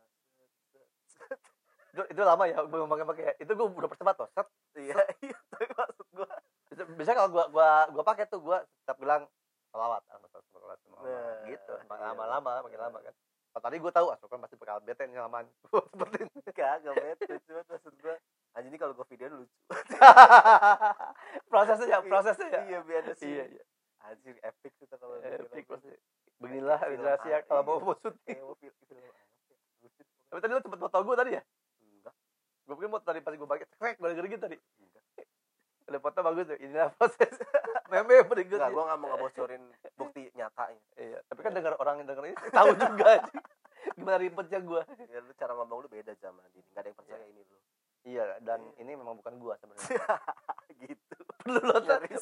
Itu lama ya, gue pakai. Itu gue udah percepat loh. Iya. Tapi maksud gue. Biasanya kalau gue pakai tuh gue tetap bilang salawat, gitu. Lama-lama, makin lama kan. Tadi gue tahu kan pasti bakal bete nih lamaan. Seperti ini. Gak bete, cuma maksud gue anjir ini kalau gue video lucu. prosesnya ya. Iya biasa sih. Iya. Anjir epic sih kalau epic pasti. Beginilah rahasia kalau mau syuting. Tapi tadi lu cepet foto gue tadi ya? Enggak. Gue pikir mau tadi pas gue pakai cek gara-gara gitu tadi. Ada foto bagus tuh. Inilah proses. Meme berikut. Enggak, gue enggak mau ngebocorin bukti nyatanya. Iya, tapi kan orang yang denger ini tahu juga. Gimana ribetnya gue. Ya lu cara ngomong lu beda sama Dini. Enggak ada yang percaya ini lu. Iya, dan ini memang bukan gue sebenarnya. Gitu. Perlu lo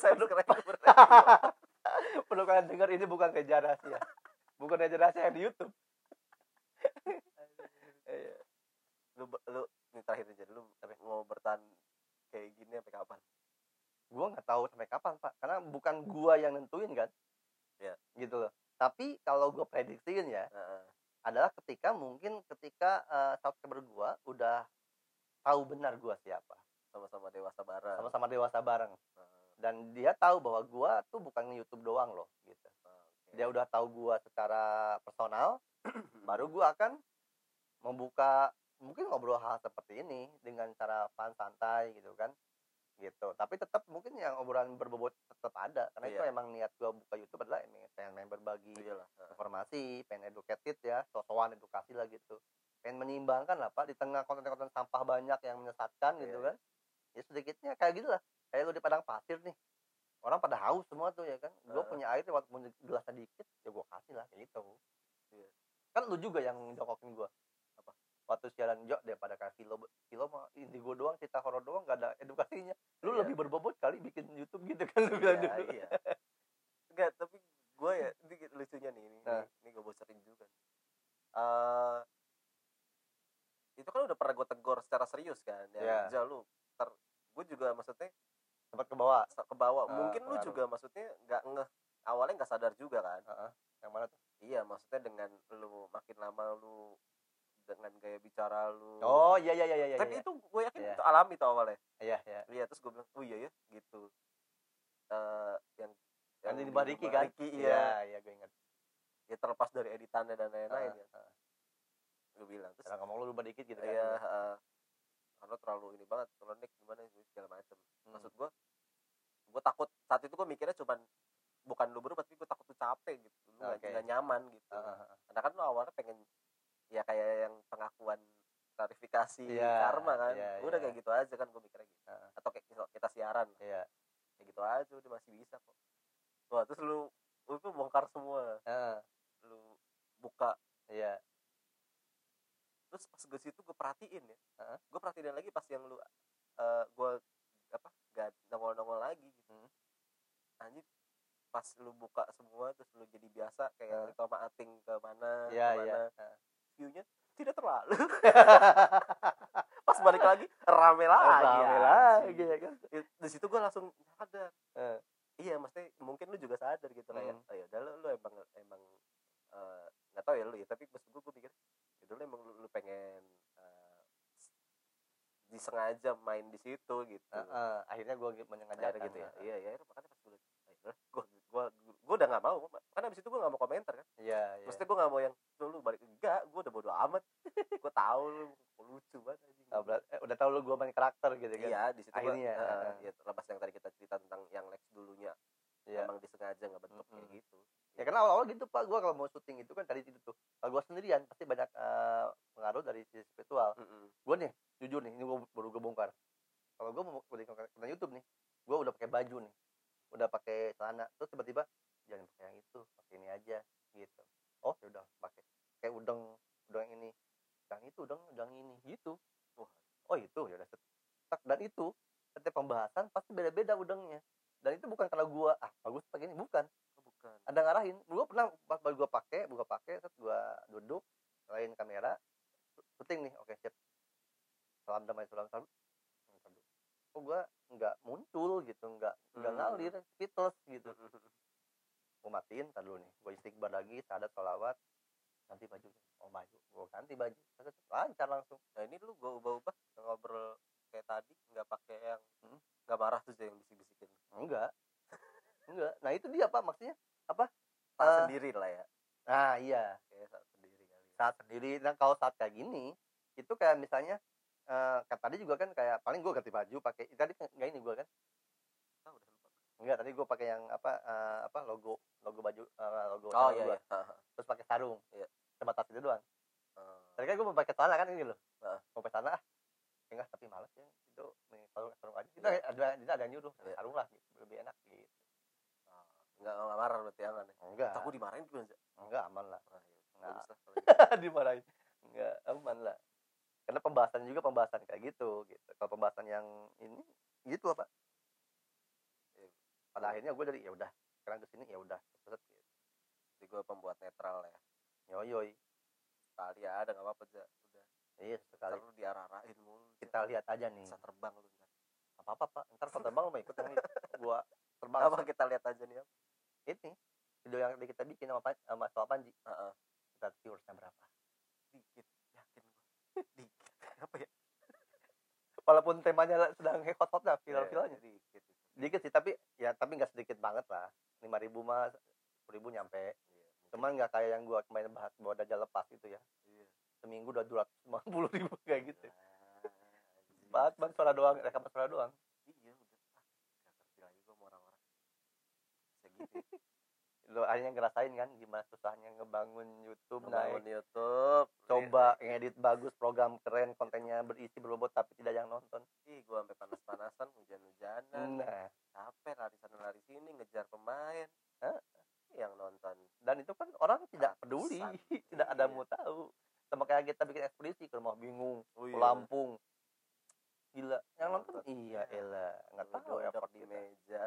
perlu kalian dengar ini bukan rahasia rahasia. Bukan rahasia rahasia yang di YouTube. Lu ini terakhir aja lu mau bertahan kayak gini sampai kapan? Gua nggak tahu sampai kapan pak, karena bukan gua yang nentuin kan. Ya. Gitu loh. Tapi kalau gua prediksiin ya, adalah ketika subscriber gua udah tahu benar gua siapa. Sama-sama dewasa bareng. Dan dia tahu bahwa gua tuh bukan YouTube doang loh gitu. Dia udah tahu gua secara personal, baru gua akan membuka mungkin ngobrol hal seperti ini dengan cara fun santai gitu kan. Gitu. Tapi tetap mungkin yang obrolan berbobot tetap ada karena itu emang niat gua buka YouTube adalah pengen berbagi informasi, pengen educated ya, sosokan edukasi lah gitu. Pengen menyimbangkan lah Pak di tengah konten-konten sampah banyak yang menyesatkan gitu kan. Ya sedikitnya kayak gitu lah. Kayak lu di padang pasir nih. Orang pada haus semua tuh ya kan. Gua punya air waktu gelas sedikit ya gua kasih lah kayak gitu. Kan lu juga yang jokokin gua. Apa? Waktu siaran jok daripada kayak film mah indigo doang, cerita horor doang enggak ada edukasinya. Lu lebih berbobot kali bikin YouTube gitu kan lu bilang dulu. Iya. Enggak, tapi gue ya ini lucunya nih ini gue bocorin juga. Itu kan udah pernah gue tegur secara serius kan ya. Lu gue juga maksudnya sempat ke bawah. Mungkin lu juga maksudnya awalnya nggak sadar juga kan. Yang mana tuh? Iya, maksudnya dengan lu makin lama lu dengan gaya bicara lu. Oh iya. Tapi itu gue yakin itu alami tuh awalnya. Iya. Terus gue bilang, oh iya ya gitu. Yang di Bariki kan? Iya gue ingat. Ya terlepas dari editannya dan lain-lain ya. Gue bilang terus ngomong lu rubah dikit gitu kan. Iya, karena terlalu ini banget, terlalu gimana segala macam. Maksud gue takut saat itu gue mikirnya cuman bukan lu berubah tapi gue takut tuh capek gitu. Lu enggak nyaman gitu. Karena kan lu awalnya pengen ya kayak yang pengakuan klarifikasi karma kan. Udah kayak gitu aja kan gue mikirnya gitu. Atau kayak kita siaran. Kayak gitu aja udah masih bisa kok. Wah, terus lu itu bongkar semua. Lu buka. Iya. Terus pas gue situ gue perhatiin ya. Gue perhatiin lagi pas yang lu gue gak nongol lagi gitu. Anjir pas lu buka semua terus lu jadi biasa kayak Rito sama Ating kemana view-nya tidak terlalu. Pas balik lagi rame lagi ya kan. Di situ gue langsung sadar. Iya, maksudnya mungkin lu juga sadar gitu lah ya. Oh ya udah lu emang nggak tahu ya lu ya, tapi maksud gue pikir itu lu emang lu pengen disengaja main di situ gitu. Akhirnya gue menyengaja gitu ya. Iya, makanya pas gue udah nggak mau, karena abis itu gue nggak mau komentar kan. Iya. Maksudnya gue nggak mau yang lu balik, enggak, gue udah bodo amat. Gue tahu lu lucu banget aja. Udah tahu lu gue main karakter gitu kan. Iya, di situ akhirnya ya lepas yang tadi kita cerita tentang yang Lex dulunya emang disengaja nggak bentuk kayak gitu. Ya karena awal-awal gitu Pak, gue kalau mau syuting itu kan tadi itu tuh kalau gue sendirian pasti banyak sisi spiritual. Gue nih jujur nih, ini gue baru gue bongkar. Kalau gue mau konten YouTube nih, gue udah pakai baju nih, udah pakai celana, terus tiba-tiba jangan pakai yang itu, pakai ini aja gitu. Oh ya udah pakai kayak udang yang ini, yang itu udang ini gitu. Oh itu ya udah setak. Dan itu setiap pembahasan pasti beda-beda udangnya. Dan itu bukan karena gue bagus pakai ini, bukan. Ada ngarahin. Gue pernah pas baru gue pakai, terus gue duduk, lain kamera, syuting nih, oke siap. Salam damai, salam. Kok gue nggak muncul gitu, nggak ngalir, speechless gitu. Gue matiin, tar dulu nih, gue istighfar lagi, sadat, sholawat, ganti baju. Gue ganti baju, lancar langsung. Nah ini lu gue ubah-ubah ngobrol kayak tadi, nggak pakai yang nggak marah tuh yang bisik-bisikin. Enggak. Nah itu dia Pak, maksudnya apa? Sendiri lah ya. Nah iya. Kayak saat sendiri kali. Saat sendiri. Nah kalau saat kayak gini, itu kayak misalnya kayak tadi juga kan kayak paling gue ganti baju pakai tadi nggak ini gue kan? Udah lupa. Enggak, tadi gue pakai yang apa logo baju logo. Oh iya. Terus pakai sarung. Iya. Sebatas itu doang. Tadi kan gue mau pakai celana kan ini loh. Mau pakai celana enggak, tapi males ya itu nih sarung aja. Kita ada yang nyuruh sarung lah gitu, lebih enak gitu. Enggak marah berarti aman ya? Enggak. Aku dimarahin gimana sih? Enggak, aman lah. Enggak. Dimarahin. Enggak, aman lah. Karena pembahasan juga kayak gitu. Kalau pembahasan yang ini gitu apa? Pada akhirnya gue dari ya udah, sekarang kesini ya udah, gitu. Jadi gue pembuat netral ya. Yoyoy. Sekali ada nggak apa-apa aja. Udah. Iya sekali. Terus diarah-arahin mulu. Kita lihat aja nih. Bisa terbang lu ntar. Apa Pak? Ntar kalau terbang lu mau ikut yang ini. Gua terbang. Apa kita lihat aja nih? Ini video yang kita bikin sama Panji. Kita viewersnya berapa? Dikit, yakin gue. Dikit. Apa ya? Walaupun temanya sedang hot-hotnya, viral-viralnya. Dikit sih, tapi nggak sedikit banget lah. 5.000 mah 10.000 nyampe. Cuman nggak kayak yang gua kemarin bahas bahwa Dajjal lepas itu ya. Seminggu udah 250.000 kayak gitu. Bang suara doang, rekaman suara doang. Iya udah. Gak ngerti lagi gua sama orang-orang. Segitu. Lo akhirnya ngerasain kan gimana susahnya ngebangun YouTube. Coba ngedit bagus, program keren, kontennya berisi berbobot tapi tidak yang nonton. Gua sampai panas-panasan, hujan-hujanan. Nah, capek lari sana lari sini ngejar pemain. Yang nonton. Dan itu kan orang tidak peduli, tidak ada mau tahu. Sama kayak kita bikin ekspedisi ke rumah bingung, ke Lampung. Gila, yang nonton iya elah, enggak tahu ya di meja.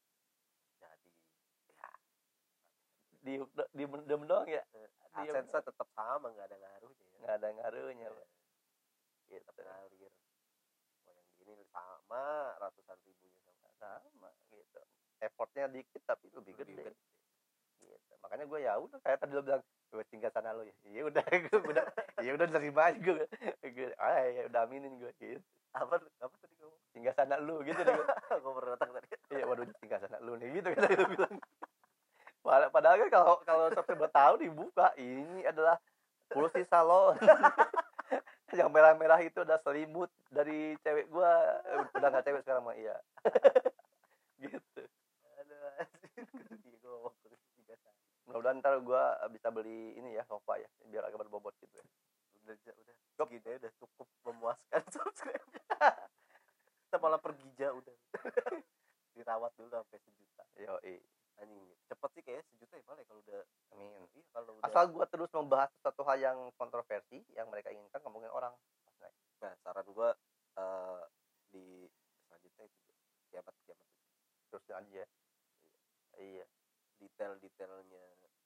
Jadi ya di doang ya. AdSense tetap sama, enggak ada ngaruhnya ya. Enggak ada ngaruhnya, Pak. Gitu. Ngalir. Yang ini sama, ratusan ribunya sama gitu. Effortnya dikit tapi lebih gede. Gitu. Makanya gue ya udah kayak tadi lo bilang gue tinggal sana lo ya. Iya udah gue udah nerima aja gue. Ya udah aminin gue gitu. Apa tadi kamu? Tinggal sana lu gitu deh gue. Gue pernah datang tadi. Iya waduh tinggal sana lu nih gitu kan lo bilang. Padahal kan kalau subscriber tahu dibuka ini adalah pulsi salon. Yang merah-merah itu ada selimut dari cewek gue. Udah nggak cewek sekarang mah iya. Gitu. Mudah-mudahan ntar gue bisa beli ini ya sofa ya biar agak berbobot gitu ya. Udah gini udah cukup memuaskan subscribe. Kita malah pergi jauh udah. Dirawat dulu sampai 1 juta. Yoi. Anjing cepet sih kayaknya 1 juta ya paling kalau udah. Amin. Iya kalau udah. Asal gue terus membahas sesuatu hal yang kontroversi yang mereka inginkan ngomongin orang. Nah saran gue di selanjutnya itu kiamat terus aja. Iya. Detailnya.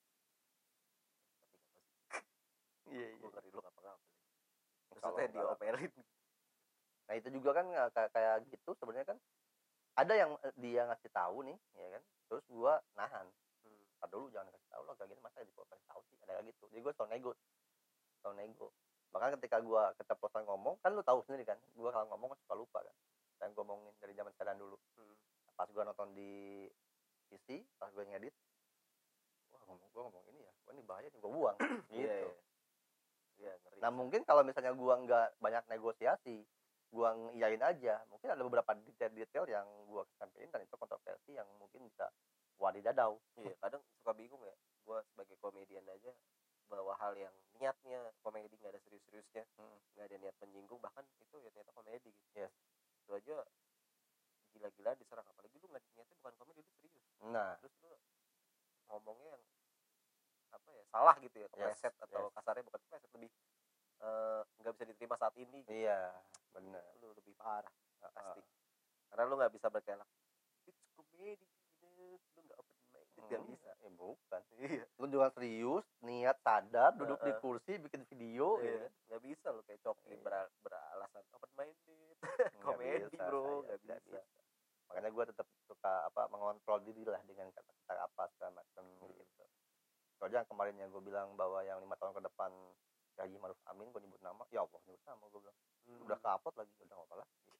Iya. Gue ngeri lu ngapa-ngapa. Maksudnya diomelin. Nah itu juga kan kayak gitu sebenarnya kan ada yang dia ngasih tahu nih ya kan terus gue nahan. Dulu jangan kasih tahu lah kayak gini masa gue kasih tahu sih ada kayak gitu. Jadi gue selalu nego. Bahkan ketika gue keceplosan ngomong kan lu tahu sendiri kan gue kalau ngomong kan suka lupa kan dan gue ngomongin dari zaman sekarang dulu. Pas gue nonton di PC pas gue ngedit wah gue ngomong ini ya gue ini bahaya nih gue buang gitu. Iya, ngeri. Nah mungkin kalau misalnya gue nggak banyak negosiasi gue ngiyain aja mungkin ada beberapa detail yang gue sampaikan dan itu kontroversi yang mungkin bisa wadidadau. Iya kadang suka bingung ya gue sebagai komedian aja bahwa hal yang niatnya komedi nggak ada serius-seriusnya nggak ada niat menyinggung, bahkan itu ya ternyata komedi gitu. Yes. Itu aja gila-gila diserang, apalagi lu nggak niatnya bukan komedi, lu serius. Nah, terus lu ngomongnya yang apa ya, salah gitu ya, kepleset. Yes, atau yes. kasarnya bukan kepleset, lebih nggak bisa diterima saat ini gitu. Iya, benar. Lu lebih parah pasti, karena lu nggak bisa berkelak it's comedy gitu, lu nggak open minded, nggak bisa. Bukan. Iya, Lu juga serius, niat sadar, duduk di kursi bikin video iya. gitu. Nggak bisa lu kayak Coki Iya. beralasan open minded Nggak komedi bisa, bro, saya nggak bisa. Makanya gue tetap suka mengontrol diri lah dengan kata-kata apa segala macam gitu. Soalnya kemarin yang gue bilang bahwa yang 5 tahun ke depan Haji Maruf Amin, gue nyebut nama, ya Allah nyebut nama, gue bilang udah ke-upload lagi, udah nggak apa lah gitu.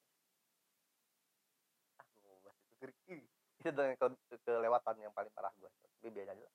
Gue mau bahas itu geri. Itu dengan kelewatan yang paling parah gue, tapi biarin aja lah.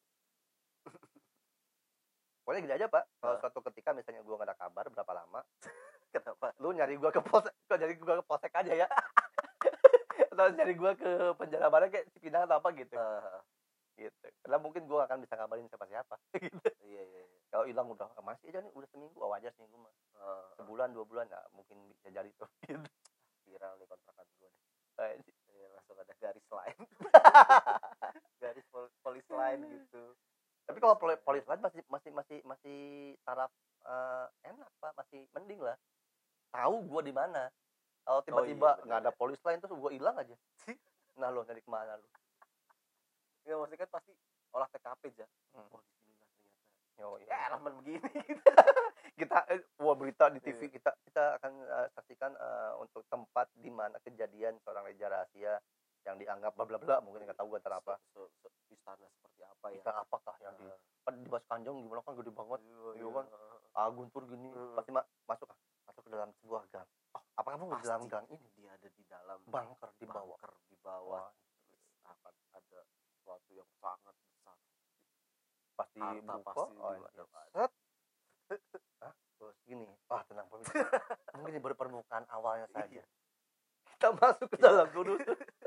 Pokoknya gini aja Pak, kalau suatu ketika misalnya gue gak ada kabar berapa lama, Kenapa? lu nyari gue ke polsek aja ya. Atau nyari gue ke penjara mana kayak Cipinang atau apa gitu. Gitu. Karena mungkin gue akan bisa kabarin siapa-siapa gitu. Iya. Kalau hilang udah masih aja nih, udah seminggu, wajar seminggu mah. Sebulan 2 bulan nggak mungkin bisa jadi tuh. Gitu. Viral nih kontrakan gue deh. Iya, langsung ada garis line. Garis polis line gitu. Tapi kalau polis line masih taraf enak Pak, masih mending lah. Tahu gue di mana. Kalau tiba-tiba nggak ada polis line terus gue hilang aja. Nah lo dari kemana lo? Ya maksudnya kan pasti olah TKP aja. Oh di sini lah ternyata. Ya elemen begini. Kita berita di TV kita akan saksikan untuk tempat di mana kejadian seorang raja rahasia yang dianggap bla bla bla, mungkin nggak tahu gue apa. Istana seperti apa ya? Istana apakah yang di Bas Kanjeng gimana kan gede banget. Iya kan. Guntur gini pasti masuk ke dalam sebuah gang. Apa kamu di dalam gang ini? Dia ada di dalam bunker di bawah. Terus akan ada sesuatu yang sangat besar. Pasti buka. Set. Terus gini. Tenang Pak. Mungkin ini baru permukaan awalnya saja. Kita masuk ke dalam terus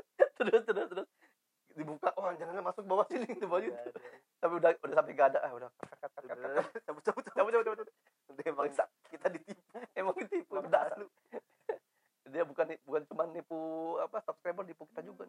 dibuka. Jangan masuk bawah sini gitu banget. Tapi udah sampai enggak ada. Udah. Cabut. Emang kita ditipu. Emang ditipu dasar. Dia bukan cuma nipu subscriber, nipu kita juga.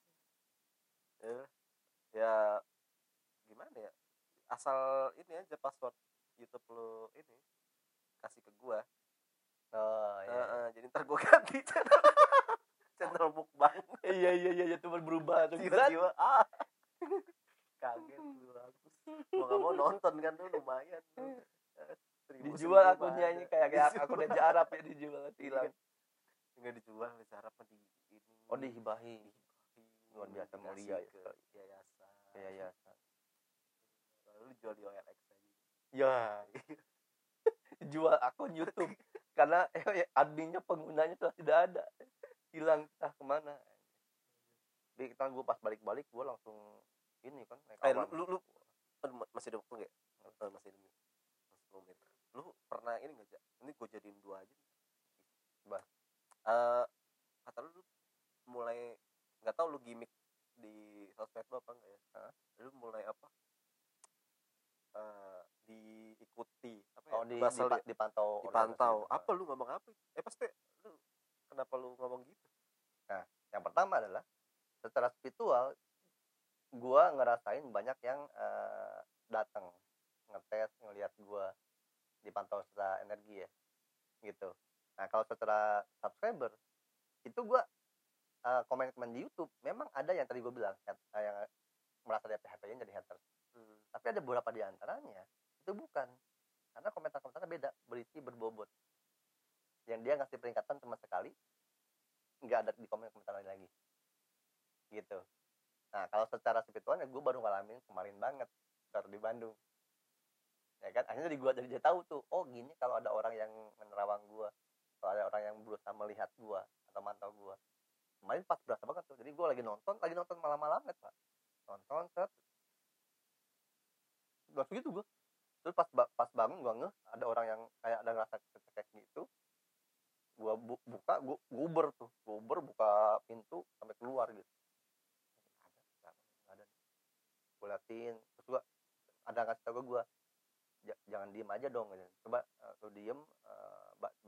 Ya gimana ya? Asal ini aja password YouTube lu ini kasih ke gua. Jadi ntar gua ganti channel mukbang. Iya itu berubah tuh. Jiwa kaget lu bagus. Gua enggak mau nonton kan tuh lumayan. Dijual akunnya ini kayak akun Raja Arab ya, dijual hilang. Enggak dijual, Raja Arab di ini. Dihibahi. Luar biasa mulia ya. Yayasan. Lalu jual di OLX aja. Ya. Jual akun YouTube karena adminnya, penggunanya sudah tidak ada. Hilang entah kemana. Jadi kita gue pas balik gue langsung ini kan lu masih ada waktu nggak? Masih 10 menit. Lu pernah ini nggak? Ini gue jadiin 2 aja. Kata lu mulai nggak tahu lu gimmick di sosmed lu apa enggak ya? Lu mulai apa? Diikuti apa ya? Dipantau. Apa lu ngomong apa? Pasti lu kenapa lu ngomong gitu? Nah, yang pertama adalah secara spiritual gua ngerasain banyak yang datang ngetes, ngelihat gua dipantau secara energi ya. Gitu. Nah, kalau secara subscriber itu gua komen di YouTube memang ada yang tadi gua bilang yang merasa dia PHP-nya jadi haters. Tapi ada beberapa di antaranya itu bukan, karena komentar-komentarnya beda, berisi berbobot, yang dia ngasih peringatan sama sekali nggak ada di komentar lain lagi gitu. Nah kalau secara spiritualnya gue baru ngalamin kemarin banget baru di Bandung ya kan, akhirnya jadi dia tahu tuh, gini kalau ada orang yang menerawang gue, kalau ada orang yang berusaha melihat gue atau mantau gue. Kemarin pas berasa banget tuh, jadi gue lagi nonton malam-malam net Pak, nonton set langsung gitu gue. Terus pas bangun gue ngeh ada orang yang kayak ada ngerasa kayak gitu. Gue buka, gue uber buka pintu sampai keluar gitu. Ada. Gue liatin, terus gue ada ngasih tau gue jangan diem aja dong gitu. Coba lu diem,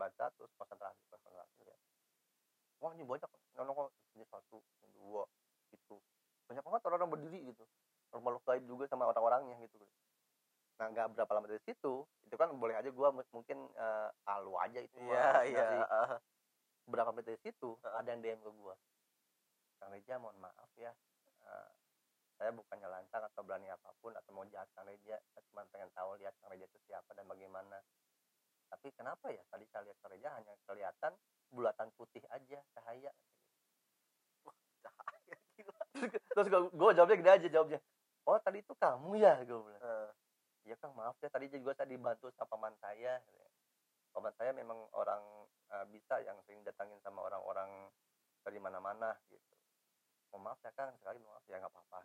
wah ini banyak nongol ini 1, ini 2 gitu, banyak banget orang-orang berdiri gitu, makhluk gaib juga sama orang-orangnya gitu. Nah nggak berapa lama dari situ itu kan boleh aja gue mungkin alu aja itu mah halusinasi. Berapa menit dari situ ada yang DM ke gue, Kang Reja mohon maaf ya, saya bukannya lancang atau berani apapun atau mau jahat Kang Reja, saya cuma pengen tahu lihat Kang Reja itu siapa dan bagaimana. Tapi kenapa ya tadi saya lihat Kang Reja hanya kelihatan bulatan putih aja cahaya. Wah cahaya gila. Terus gue jawabnya gini aja jawabnya, oh tadi itu kamu ya, gue bilang. Iya Kang maaf ya tadi juga saya dibantu sama paman saya. Paman saya memang orang bisa yang sering datangin sama orang-orang dari mana-mana gitu. Oh, maaf ya Kang sekali maaf ya nggak apa-apa.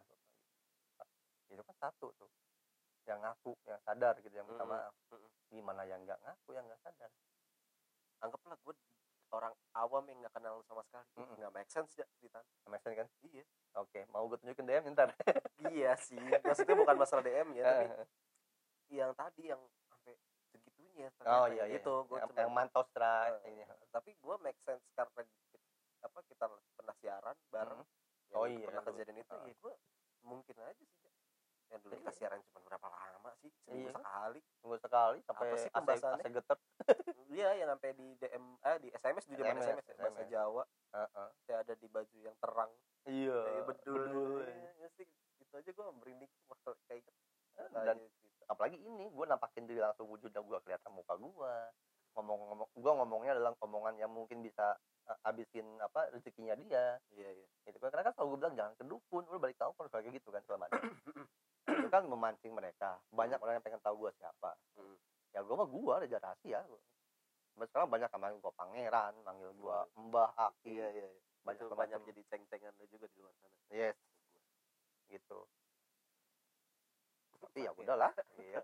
Itu kan satu tuh yang ngaku yang sadar gitu yang minta maaf. Gimana yang nggak ngaku yang nggak sadar? Anggaplah gue orang awam yang nggak kenal sama sekali, nggak make sense ya cerita. Nggak make sense kan? Iya. Oke, mau gue tunjukin DM ntar. Iya sih, maksudnya bukan masalah DM ya, tapi yang tadi yang sampai segitunya. Oh iya itu gue yang mantau strike. Tapi gue make sense karena kita pernah siaran bareng. Oh iya. Pernah kejadian itu, ya gue mungkin aja sih. Yang dulu kita siaran cuma berapa lama sih? Seminggu sekali sampai AC geter. Iya, yang sampai di DM di SMS di zaman SMS ya, bahasa Jawa. Saya ada di baju yang terang. Iya. Bedul. Ya sih, itu aja gue merinding kayak dan apalagi ini gue nampakin diri langsung wujudnya, gue kelihatan muka gue ngomongnya adalah omongan yang mungkin bisa habisin rezekinya dia. Iya itu kan karena kan selalu gue bilang jangan ke dukun, lu balik tahu kayak gitu kan selama itu kan memancing mereka, banyak orang yang pengen tahu gue siapa. Ya gue mah gue ada rahasia. Sekarang banyak yang manggil gue pangeran, manggil gue Mbah Aki. Iya. Banyak jadi ceng-cengan lu juga di luar sana. Yes gitu. Tapi ya udahlah. Iya.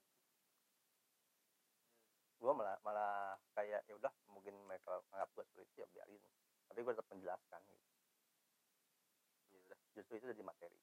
Gue malah kayak ya udah mungkin mereka nganggap gue seperti itu ya biarin. Tapi gue tetap menjelaskan gitu. Ya udah, justru itu jadi materi.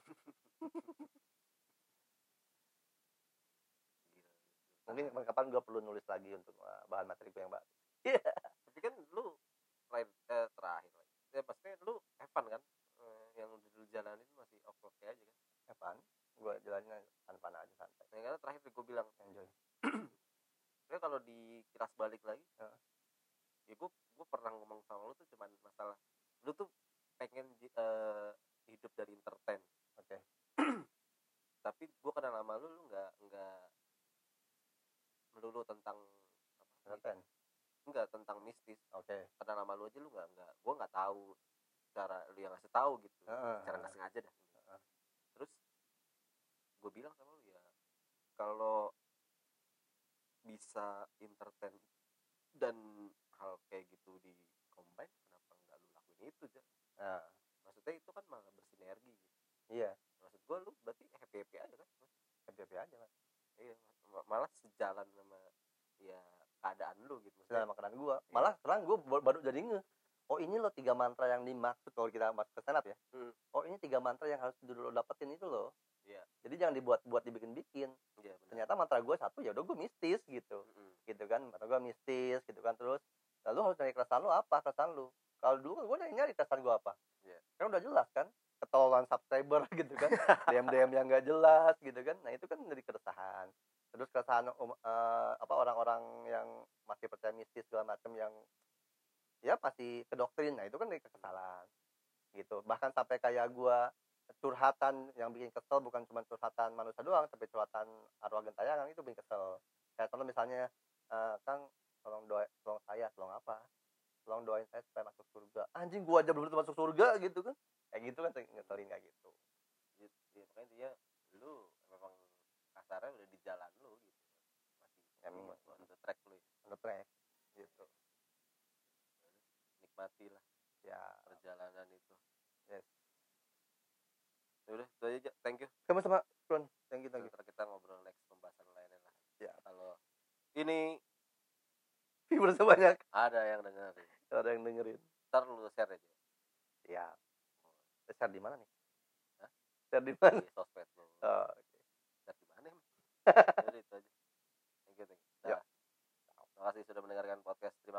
Mungkin kapan gue perlu nulis lagi untuk bahan materi gue yang baru. Tapi kan lu terakhir ya pasti lu Evan kan yang dulu jalanin masih oke aja kan? Evan gue jalannya fun aja santai. Nah, karena terakhir gue bilang enjoy. Tapi kalau dikilas balik lagi, ya gue pernah ngomong sama lu tuh cuman masalah lu tuh pengen hidup dari entertain. Oke. Tapi gue kenal sama lu nggak melulu tentang entertain. Enggak tentang mistis. Oke. Kenal sama lu aja lu nggak gue nggak tahu cara lu yang ngasih tahu gitu. Cara nggak sengaja dah. Terus gue bilang sama lu ya kalau bisa entertain dan hal kayak gitu di combine, kenapa nggak lu lakuin itu aja? Maksudnya itu kan malah bersinergi gitu. Iya. Maksud gue lu berarti happy aja kan? Happy aja kan? Iya. Malah sejalan sama ya keadaan lu gitu. Sejalan sama keadaan gue. Malah sekarang gue baru jadi oh ini loh 3 mantra yang dimaksud kalau kita masuk ke stand up ya. Oh ini 3 mantra yang harus dulu dapetin itu loh. Iya. Jadi jangan dibuat dibikin-bikin. Iya, ternyata mantra gue satu ya udah gue mistis gitu. Gitu kan, mantra gue mistis gitu kan. Terus lalu harus nyari keresahan lu apa, keresahan lu. Kalau dulu kan gue nyari keresahan gue apa. Kan udah jelas kan, ketololan subscriber gitu kan. DM yang gak jelas gitu kan. Nah itu kan dari keresahan. Terus keresahan orang-orang yang masih percaya mistis segala macam yang ya masih ke doktrin. Nah itu kan dari kekesalan gitu. Bahkan sampai kayak gue curhatan yang bikin kesel bukan cuma curhatan manusia doang, tapi curhatan arwah gentayangan itu bikin kesel. Kayak contoh misalnya Kang tolong doain saya supaya masuk surga. Anjing gua aja belum tentu masuk surga gitu kan. Kayak gitu kan ngeselin kayak gitu. Ya makanya dia lu memang kasarnya udah di jalan lu gitu. Masih on the track lu ya. On the track gitu. Nikmatilah ya perjalanan itu. Yes. Udah, itu aja. Thank you. Sama-sama, Bron. Thank you. Ntar kita ngobrol next pembahasan lainnya lah. Ya. Kalau ini viewers banyak. Ada yang dengerin. Ntar lu share aja. Ya. Share di mana nih? Hah? Share di mana? Di sosmed lu. Oh, oke. Share di mana emang? Jadi itu aja. Thank you. Ya. Terima kasih sudah mendengarkan podcast.